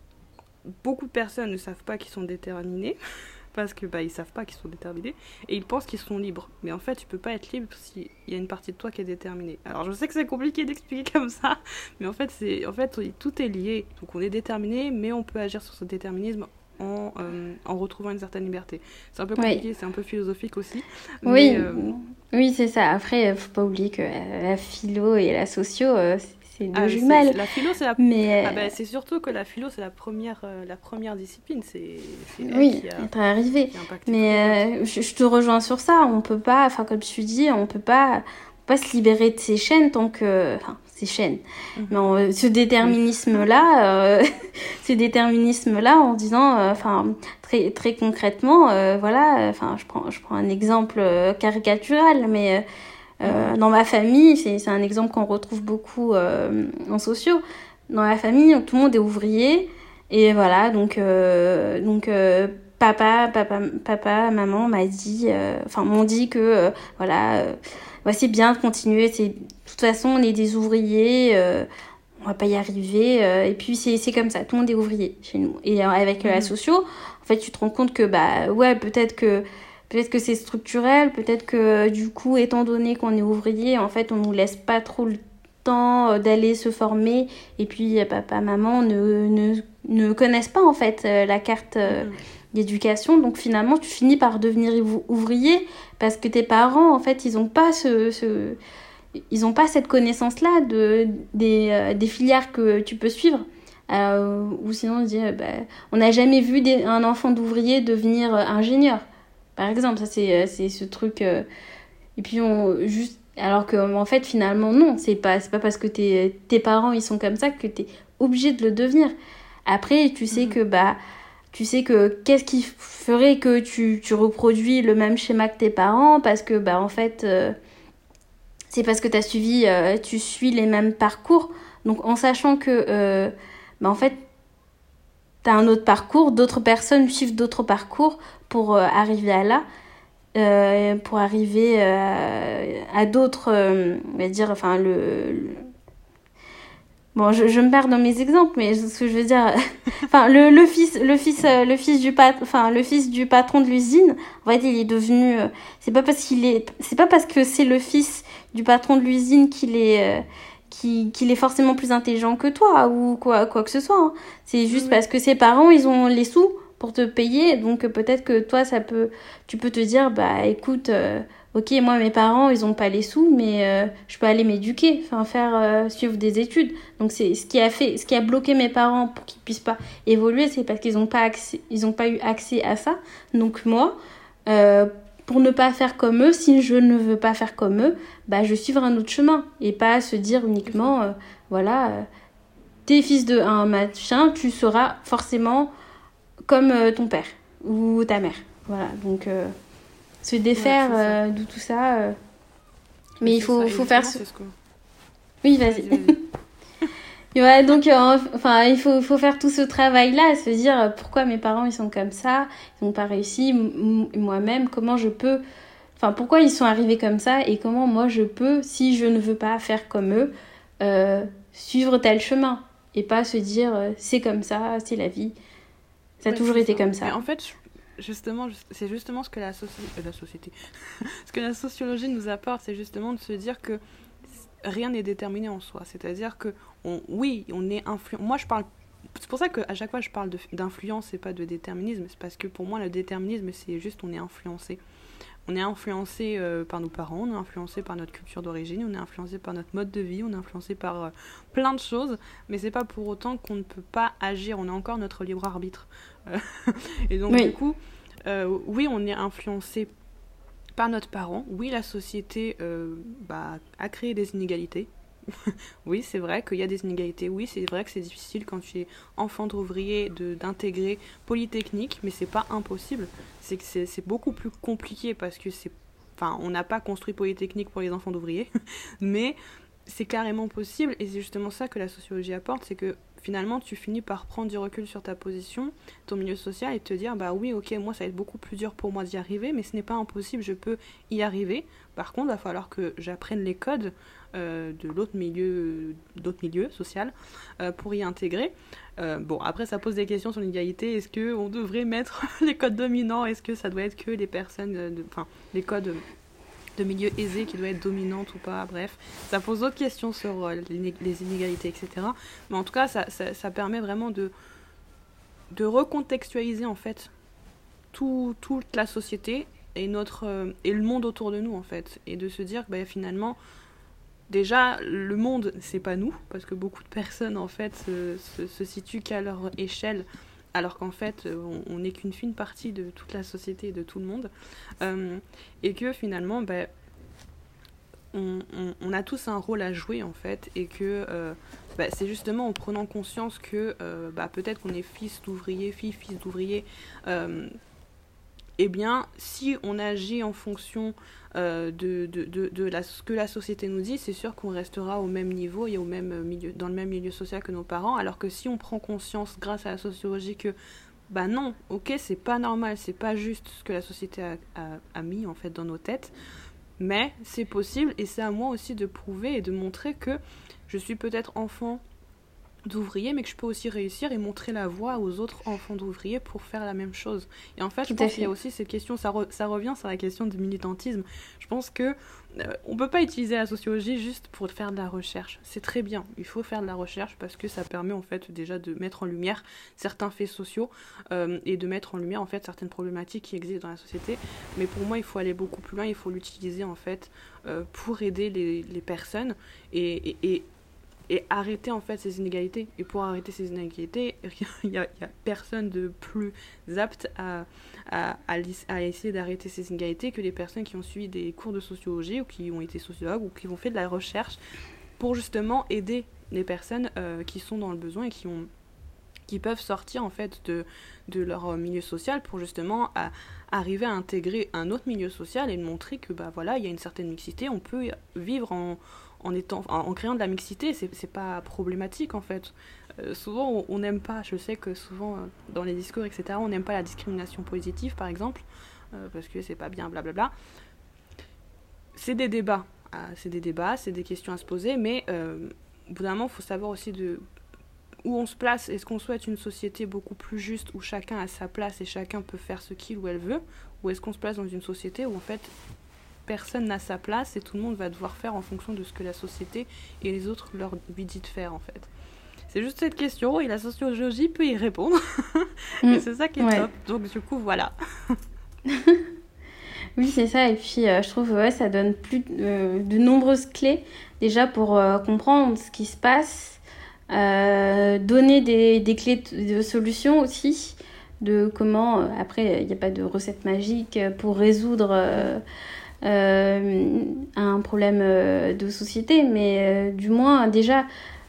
beaucoup de personnes ne savent pas qu'ils sont déterminés parce que bah ils savent pas qu'ils sont déterminés et ils pensent qu'ils sont libres. Mais en fait, tu peux pas être libre s'il y a une partie de toi qui est déterminée. Alors je sais que c'est compliqué d'expliquer comme ça, mais en fait c'est en fait tout est lié. Donc on est déterminé, mais on peut agir sur ce déterminisme en, euh, en retrouvant une certaine liberté. C'est un peu compliqué, Oui, c'est un peu philosophique aussi, oui, mais euh, oui, c'est ça. Après, faut pas oublier que euh, la philo et la socio, euh, c'est c'est deux ah, c'est, jumelles. c'est- la philo c'est la Mais ah euh, ben c'est surtout que la philo c'est la première euh, la première discipline, c'est c'est elle oui, qui a être arrivé. qui a impacté tout le reste. Mais euh, je, je te rejoins sur ça. On peut pas, enfin comme tu dis, on peut pas, on peut pas se libérer de ces chaînes tant que, enfin ces chaînes. Mhm. Mais on- ce Oui. déterminisme-là, euh, ce déterminisme-là, en disant, euh, enfin très très concrètement, euh, voilà, enfin je prends, je prends un exemple euh, caricatural, mais euh, euh, Mhm. dans ma famille, c'est c'est un exemple qu'on retrouve beaucoup euh, en sociaux. Dans la famille, tout le monde est ouvrier. Et voilà, donc, euh, donc euh, papa, papa, papa, maman m'a dit, euh, enfin m'ont dit que euh, voilà, euh, ouais, c'est bien de continuer. C'est, de toute façon, on est des ouvriers, euh, on va pas y arriver. Euh, et puis c'est, c'est comme ça, tout le monde est ouvrier chez nous. Et euh, avec mmh. la socio, en fait, tu te rends compte que bah ouais, peut-être que peut-être que c'est structurel, peut-être que du coup, étant donné qu'on est ouvrier, en fait, on nous laisse pas trop le temps d'aller se former. Et puis papa, maman ne ne ne connaissent pas en fait la carte. Euh, mmh. d'éducation, donc finalement tu finis par devenir ouvrier parce que tes parents en fait ils ont pas ce, ce ils ont pas cette connaissance là de des, euh, des filières que tu peux suivre euh, ou sinon on dit euh, bah, on n'a jamais vu des, un enfant d'ouvrier devenir euh, ingénieur par exemple, ça c'est c'est ce truc euh, et puis on juste alors que en fait finalement non, c'est pas c'est pas parce que tes tes parents ils sont comme ça que t'es obligé de le devenir. Après tu sais mmh. que bah tu sais que qu'est-ce qui ferait que tu, tu reproduis le même schéma que tes parents parce que bah en fait euh, c'est parce que t'as suivi euh, tu suis les mêmes parcours, donc en sachant que euh, bah en fait t'as un autre parcours, d'autres personnes suivent d'autres parcours pour euh, arriver à là euh, pour arriver euh, à d'autres euh, on va dire enfin le, le... Bon, je, je me perds dans mes exemples, mais ce que je veux dire, enfin, le, le fils, le fils, le fils du pat, enfin, le fils du patron de l'usine, en fait, il est devenu, c'est pas parce qu'il est, c'est pas parce que c'est le fils du patron de l'usine qu'il est, qu'il, qu'il est forcément plus intelligent que toi ou quoi, quoi que ce soit. Hein. C'est juste oui. parce que ses parents, ils ont les sous pour te payer, donc peut-être que toi, ça peut, tu peux te dire, bah, écoute. Euh, ok, moi, mes parents, ils n'ont pas les sous, mais euh, je peux aller m'éduquer, enfin, faire euh, suivre des études. Donc, c'est ce qui a fait, ce qui a bloqué mes parents pour qu'ils ne puissent pas évoluer, c'est parce qu'ils n'ont pas, ils ont pas eu accès à ça. Donc, moi, euh, pour ne pas faire comme eux, si je ne veux pas faire comme eux, bah, je suivrai un autre chemin. Et pas se dire uniquement, euh, voilà, euh, t'es fils de un machin, tu seras forcément comme euh, ton père ou ta mère. Voilà, donc... Euh, se défaire ouais, euh, de tout ça euh... mais, mais il faut, faut faire ce... que... oui vas-y, vas-y, vas-y. Ouais, donc euh, enfin il faut, faut faire tout ce travail là se dire euh, pourquoi mes parents ils sont comme ça, ils n'ont pas réussi, m- moi-même comment je peux enfin pourquoi ils sont arrivés comme ça et comment moi je peux si je ne veux pas faire comme eux euh, suivre tel chemin et pas se dire euh, c'est comme ça, c'est la vie, ça a ouais, toujours été ça. Comme ça. Mais en fait je... Justement, c'est justement ce que la, soci... euh, la société, ce que la sociologie nous apporte, c'est justement de se dire que rien n'est déterminé en soi. C'est-à-dire que, on... oui, on est influent. Moi, je parle. C'est pour ça qu'à chaque fois, je parle de... d'influence et pas de déterminisme. C'est parce que pour moi, le déterminisme, c'est juste on est influencé. On est influencé euh, par nos parents, on est influencé par notre culture d'origine, on est influencé par notre mode de vie, on est influencé par euh, plein de choses, mais c'est pas pour autant qu'on ne peut pas agir. On a encore notre libre arbitre. Et donc oui. du coup, euh, oui, on est influencé par notre parent. Oui, la société euh, bah, a créé des inégalités. Oui, c'est vrai qu'il y a des inégalités. Oui, c'est vrai que c'est difficile quand tu es enfant d'ouvrier de, d'intégrer Polytechnique, mais c'est pas impossible. C'est que c'est, c'est beaucoup plus compliqué parce que c'est, enfin, on n'a pas construit Polytechnique pour les enfants d'ouvriers, mais c'est carrément possible. Et c'est justement ça que la sociologie apporte, c'est que finalement, tu finis par prendre du recul sur ta position, ton milieu social, et te dire, bah oui, ok, moi, ça va être beaucoup plus dur pour moi d'y arriver, mais ce n'est pas impossible, je peux y arriver. Par contre, il va falloir que j'apprenne les codes euh, de l'autre milieu, d'autres milieux sociaux euh, pour y intégrer. Euh, bon, après, ça pose des questions sur l'égalité. Est-ce qu'on devrait mettre les codes dominants? Est-ce que ça doit être que les personnes, enfin, les codes de milieu aisé qui doit être dominante ou pas, bref. Ça pose d'autres questions sur euh, les inégalités, et cetera. Mais en tout cas, ça, ça, ça permet vraiment de, de recontextualiser, en fait, tout, toute la société et, notre, euh, et le monde autour de nous, en fait. Et de se dire que bah, finalement, déjà, le monde, c'est pas nous, parce que beaucoup de personnes, en fait, se, se, se situent qu'à leur échelle, alors qu'en fait, on n'est qu'une fine partie de toute la société et de tout le monde. Euh, et que finalement, bah, on, on, on a tous un rôle à jouer, en fait, et que euh, bah, c'est justement en prenant conscience que euh, bah, peut-être qu'on est fils d'ouvrier, fille, fils d'ouvrier, euh, eh bien, si on agit en fonction euh, de, de, de, de la, ce que la société nous dit, c'est sûr qu'on restera au même niveau et au même milieu, dans le même milieu social que nos parents, alors que si on prend conscience, grâce à la sociologie, que bah non, ok, c'est pas normal, c'est pas juste ce que la société a, a, a mis en fait dans nos têtes, mais c'est possible et c'est à moi aussi de prouver et de montrer que je suis peut-être enfant d'ouvriers, mais que je peux aussi réussir et montrer la voie aux autres enfants d'ouvriers pour faire la même chose. Et en fait, je pense qu'il y a aussi cette question, ça, re, ça revient sur la question du militantisme. Je pense que euh, on peut pas utiliser la sociologie juste pour faire de la recherche. C'est très bien, il faut faire de la recherche parce que ça permet en fait déjà de mettre en lumière certains faits sociaux euh, et de mettre en lumière en fait certaines problématiques qui existent dans la société. Mais pour moi, il faut aller beaucoup plus loin, il faut l'utiliser en fait euh, pour aider les, les personnes et, et, et et arrêter en fait ces inégalités. Et pour arrêter ces inégalités, il n'y a, a personne de plus apte à, à, à, à essayer d'arrêter ces inégalités que les personnes qui ont suivi des cours de sociologie ou qui ont été sociologues ou qui ont fait de la recherche pour justement aider les personnes euh, qui sont dans le besoin et qui ont qui peuvent sortir en fait de, de leur milieu social pour justement à, arriver à intégrer un autre milieu social et de montrer que bah voilà, il y a une certaine mixité, on peut vivre en En, étant, en créant de la mixité, c'est, c'est pas problématique en fait. Euh, souvent, on n'aime pas, je sais que souvent euh, dans les discours, et cetera, on n'aime pas la discrimination positive par exemple, euh, parce que c'est pas bien, blablabla. C'est des débats, euh, c'est des débats, c'est des questions à se poser, mais euh, au bout d'un moment, il faut savoir aussi de où on se place. Est-ce qu'on souhaite une société beaucoup plus juste où chacun a sa place et chacun peut faire ce qu'il ou elle veut, ou est-ce qu'on se place dans une société où en fait personne n'a sa place et tout le monde va devoir faire en fonction de ce que la société et les autres leur lui dit de faire en fait. C'est juste cette question et la sociologie peut y répondre. Mmh. Et c'est ça qui est ouais. top. Donc du coup voilà. Oui c'est ça et puis euh, je trouve ouais ça donne plus euh, de nombreuses clés déjà pour euh, comprendre ce qui se passe, euh, donner des, des clés de, de solutions aussi de comment euh, après il n'y a pas de recette magique pour résoudre euh, Euh, un problème euh, de société, mais euh, du moins déjà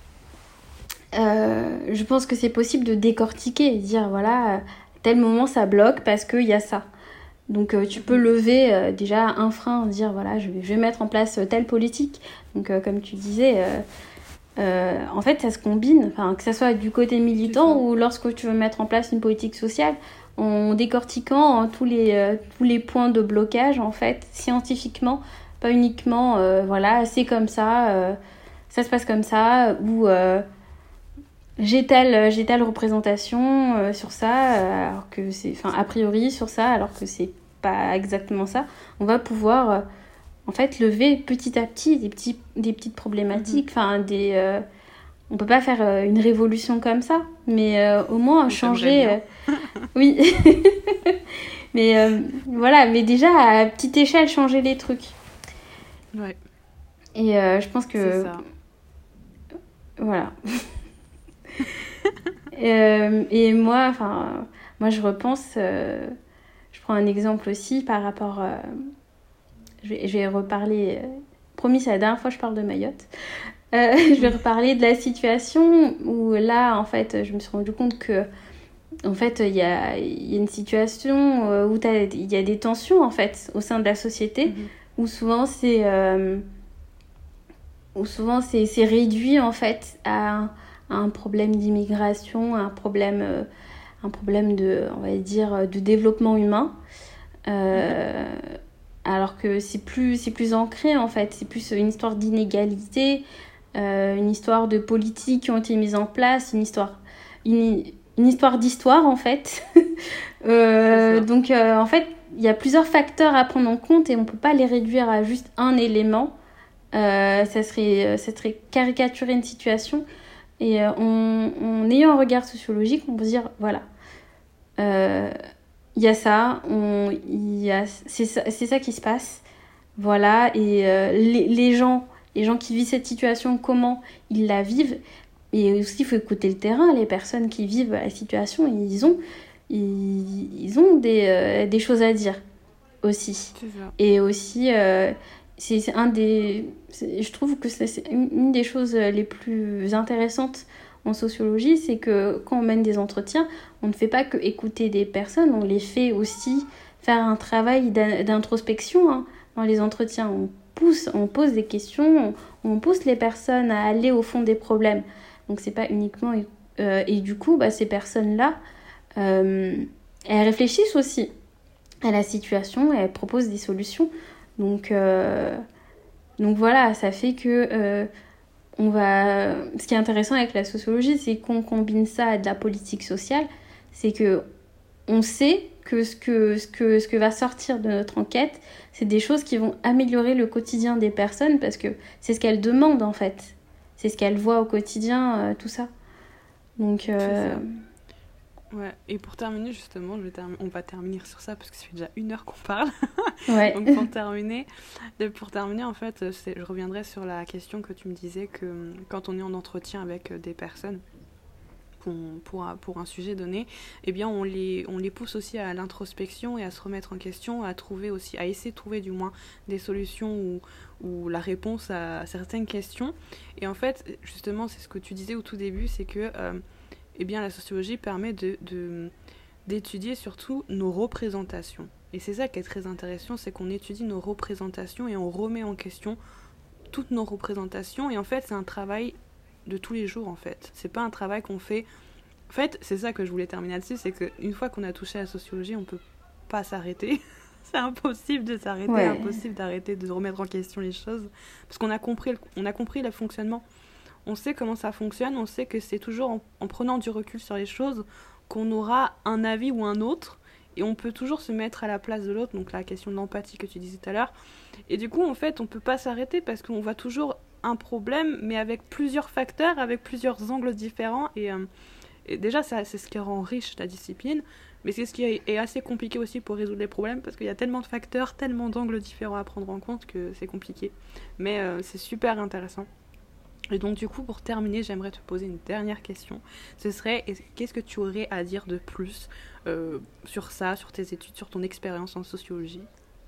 euh, je pense que c'est possible de décortiquer et dire voilà à tel moment ça bloque parce qu'il y a ça, donc euh, tu peux lever euh, déjà un frein, dire voilà je vais, je vais mettre en place telle politique, donc euh, comme tu disais euh, euh, en fait ça se combine, enfin, que ça soit du côté militant ou lorsque tu veux mettre en place une politique sociale, en décortiquant hein, tous, les, euh, tous les points de blocage en fait scientifiquement, pas uniquement euh, voilà c'est comme ça, euh, ça se passe comme ça, ou euh, j'ai telle, j'ai telle représentation euh, sur ça, euh, alors que c'est, enfin a priori sur ça, alors que c'est pas exactement ça. On va pouvoir euh, en fait lever petit à petit des, petits, des petites problématiques, enfin mm-hmm. des... Euh, on peut pas faire euh, une révolution comme ça, mais euh, au moins changer... Euh... oui. mais euh, voilà, mais déjà à petite échelle, changer les trucs. Ouais. Et euh, je pense que... C'est ça. Voilà. euh, et moi, enfin, moi je repense... Euh, je prends un exemple aussi par rapport... Euh, je, vais, je vais reparler... Euh, promis, c'est la dernière fois que je parle de Mayotte. Euh, je vais reparler de la situation où là, en fait, je me suis rendu compte que, en fait, il y a, y a une situation où il y a des tensions, en fait, au sein de la société, mm-hmm. où souvent c'est, euh, où souvent c'est, c'est réduit, en fait, à un, à un problème d'immigration, à un problème, euh, un problème de, on va dire, de développement humain. Euh, mm-hmm. Alors que c'est plus, c'est plus ancré, en fait, c'est plus une histoire d'inégalité. Euh, une histoire de politiques qui ont été mises en place, une histoire, une, une histoire d'histoire en fait. euh, donc euh, en fait, il y a plusieurs facteurs à prendre en compte et on ne peut pas les réduire à juste un élément. Euh, ça serait, ça serait caricaturer une situation. Et euh, en, en ayant un regard sociologique, on peut se dire, voilà, il euh, y a ça, on, y a, c'est, ça, c'est ça qui se passe. Voilà, et euh, les, les gens... Les gens qui vivent cette situation, comment ils la vivent. Et aussi, il faut écouter le terrain. Les personnes qui vivent la situation, ils ont, ils, ils ont des, euh, des choses à dire aussi. C'est ça. Et aussi, euh, c'est, c'est un des... C'est, je trouve que c'est, c'est une, une des choses les plus intéressantes en sociologie, c'est que quand on mène des entretiens, on ne fait pas que écouter des personnes, on les fait aussi faire un travail d'introspection hein, dans les entretiens. On pousse, on pose des questions, on, on pousse les personnes à aller au fond des problèmes. Donc c'est pas uniquement... Euh, et du coup, bah, ces personnes-là, euh, elles réfléchissent aussi à la situation et elles proposent des solutions. Donc, euh, donc voilà, ça fait que euh, on va... Ce qui est intéressant avec la sociologie, c'est qu'on combine ça à de la politique sociale. C'est que on sait que ce que, ce que ce que va sortir de notre enquête, c'est des choses qui vont améliorer le quotidien des personnes parce que c'est ce qu'elles demandent en fait. C'est ce qu'elles voient au quotidien, euh, tout ça. Donc... Euh... Ouais, et pour terminer justement, je vais term... on va terminer sur ça parce que ça fait déjà une heure qu'on parle. Ouais. Donc pour terminer, pour terminer en fait, c'est... je reviendrai sur la question que tu me disais que quand on est en entretien avec des personnes pour, pour, un, pour un sujet donné, eh bien on les, on les pousse aussi à l'introspection et à se remettre en question, à trouver aussi, à essayer de trouver du moins des solutions ou, ou la réponse à certaines questions. Et en fait, justement, c'est ce que tu disais au tout début, c'est que euh, eh bien, la sociologie permet de, de, d'étudier surtout nos représentations. Et c'est ça qui est très intéressant, c'est qu'on étudie nos représentations et on remet en question toutes nos représentations. Et en fait, c'est un travail de tous les jours, en fait. C'est pas un travail qu'on fait... En fait, c'est ça que je voulais terminer là-dessus, c'est qu'une fois qu'on a touché à la sociologie, on peut pas s'arrêter. C'est impossible de s'arrêter, ouais. Impossible d'arrêter de remettre en question les choses. Parce qu'on a compris, on a compris le fonctionnement. On sait comment ça fonctionne, on sait que c'est toujours en, en prenant du recul sur les choses qu'on aura un avis ou un autre, et on peut toujours se mettre à la place de l'autre, donc la question de l'empathie que tu disais tout à l'heure. Et du coup, en fait, on peut pas s'arrêter parce qu'on voit toujours un problème, mais avec plusieurs facteurs, avec plusieurs angles différents, et, euh, et déjà, ça, c'est ce qui rend riche la discipline, mais c'est ce qui est assez compliqué aussi pour résoudre les problèmes, parce qu'il y a tellement de facteurs, tellement d'angles différents à prendre en compte que c'est compliqué. Mais euh, c'est super intéressant. Et donc du coup, pour terminer, j'aimerais te poser une dernière question. Ce serait, qu'est-ce que tu aurais à dire de plus euh, sur ça, sur tes études, sur ton expérience en sociologie ?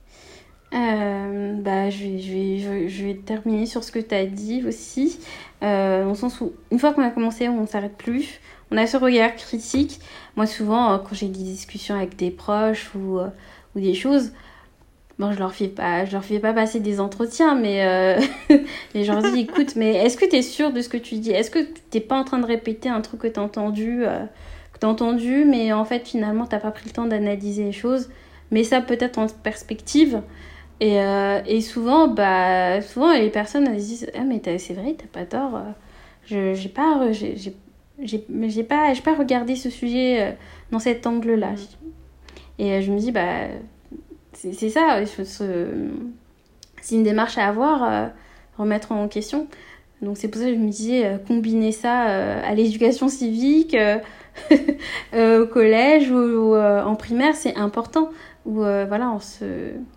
euh, bah, je, vais, je, vais, je, vais, je vais terminer sur ce que tu as dit aussi. Euh, dans le sens où, une fois qu'on a commencé, on ne s'arrête plus. On a ce regard critique. Moi, souvent, quand j'ai des discussions avec des proches ou, euh, ou des choses... Bon, je leur fais pas, je leur fais pas passer des entretiens, mais euh, et je leur dis, écoute, mais est-ce que tu es sûre de ce que tu dis ? Est-ce que t'es pas en train de répéter un truc que t'as entendu, euh, que t'as entendu, mais en fait, finalement, t'as pas pris le temps d'analyser les choses, mais ça peut-être en perspective. Et, euh, et souvent, bah, souvent, les personnes, elles disent, ah, mais t'as, c'est vrai, t'as pas tort. Je, j'ai pas, j'ai, j'ai, j'ai, j'ai pas, j'ai pas regardé ce sujet dans cet angle-là. Mmh. Et je me dis, bah... C'est, c'est ça, il faut se... c'est une démarche à avoir, euh, remettre en question. Donc c'est pour ça que je me disais, euh, combiner ça euh, à l'éducation civique, euh, euh, au collège ou, ou euh, en primaire, c'est important. Où euh, voilà, on se,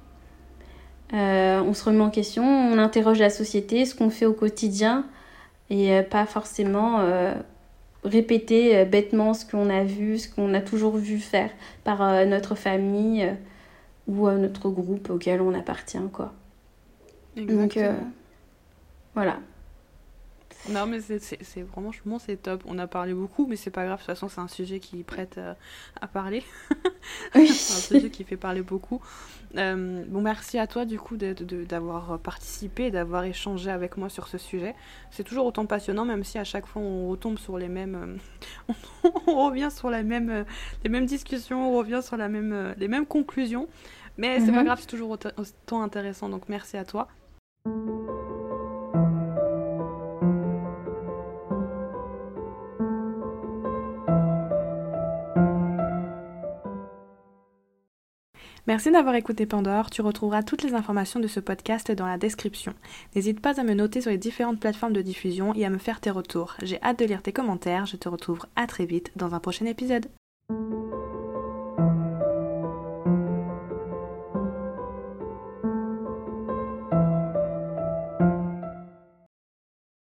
euh, on se remet en question, on interroge la société, ce qu'on fait au quotidien, et euh, pas forcément euh, répéter euh, bêtement ce qu'on a vu, ce qu'on a toujours vu faire par euh, notre famille. Euh, ou à notre groupe auquel on appartient, quoi. Exactement. Donc, euh, voilà. Non, mais c'est, c'est, c'est vraiment, franchement, c'est top. On a parlé beaucoup, mais c'est pas grave. De toute façon, c'est un sujet qui prête euh, à parler. Oui. C'est un sujet qui fait parler beaucoup. Euh, bon, merci à toi, du coup, de, de, d'avoir participé, d'avoir échangé avec moi sur ce sujet. C'est toujours autant passionnant, même si à chaque fois, on retombe sur les mêmes... Euh, on revient sur la même, euh, les mêmes discussions, on revient sur la même, euh, les mêmes conclusions. Mais mm-hmm. c'est pas grave, c'est toujours autant, autant intéressant. Donc, merci à toi. Merci d'avoir écouté Pandore, tu retrouveras toutes les informations de ce podcast dans la description. N'hésite pas à me noter sur les différentes plateformes de diffusion et à me faire tes retours. J'ai hâte de lire tes commentaires, je te retrouve à très vite dans un prochain épisode.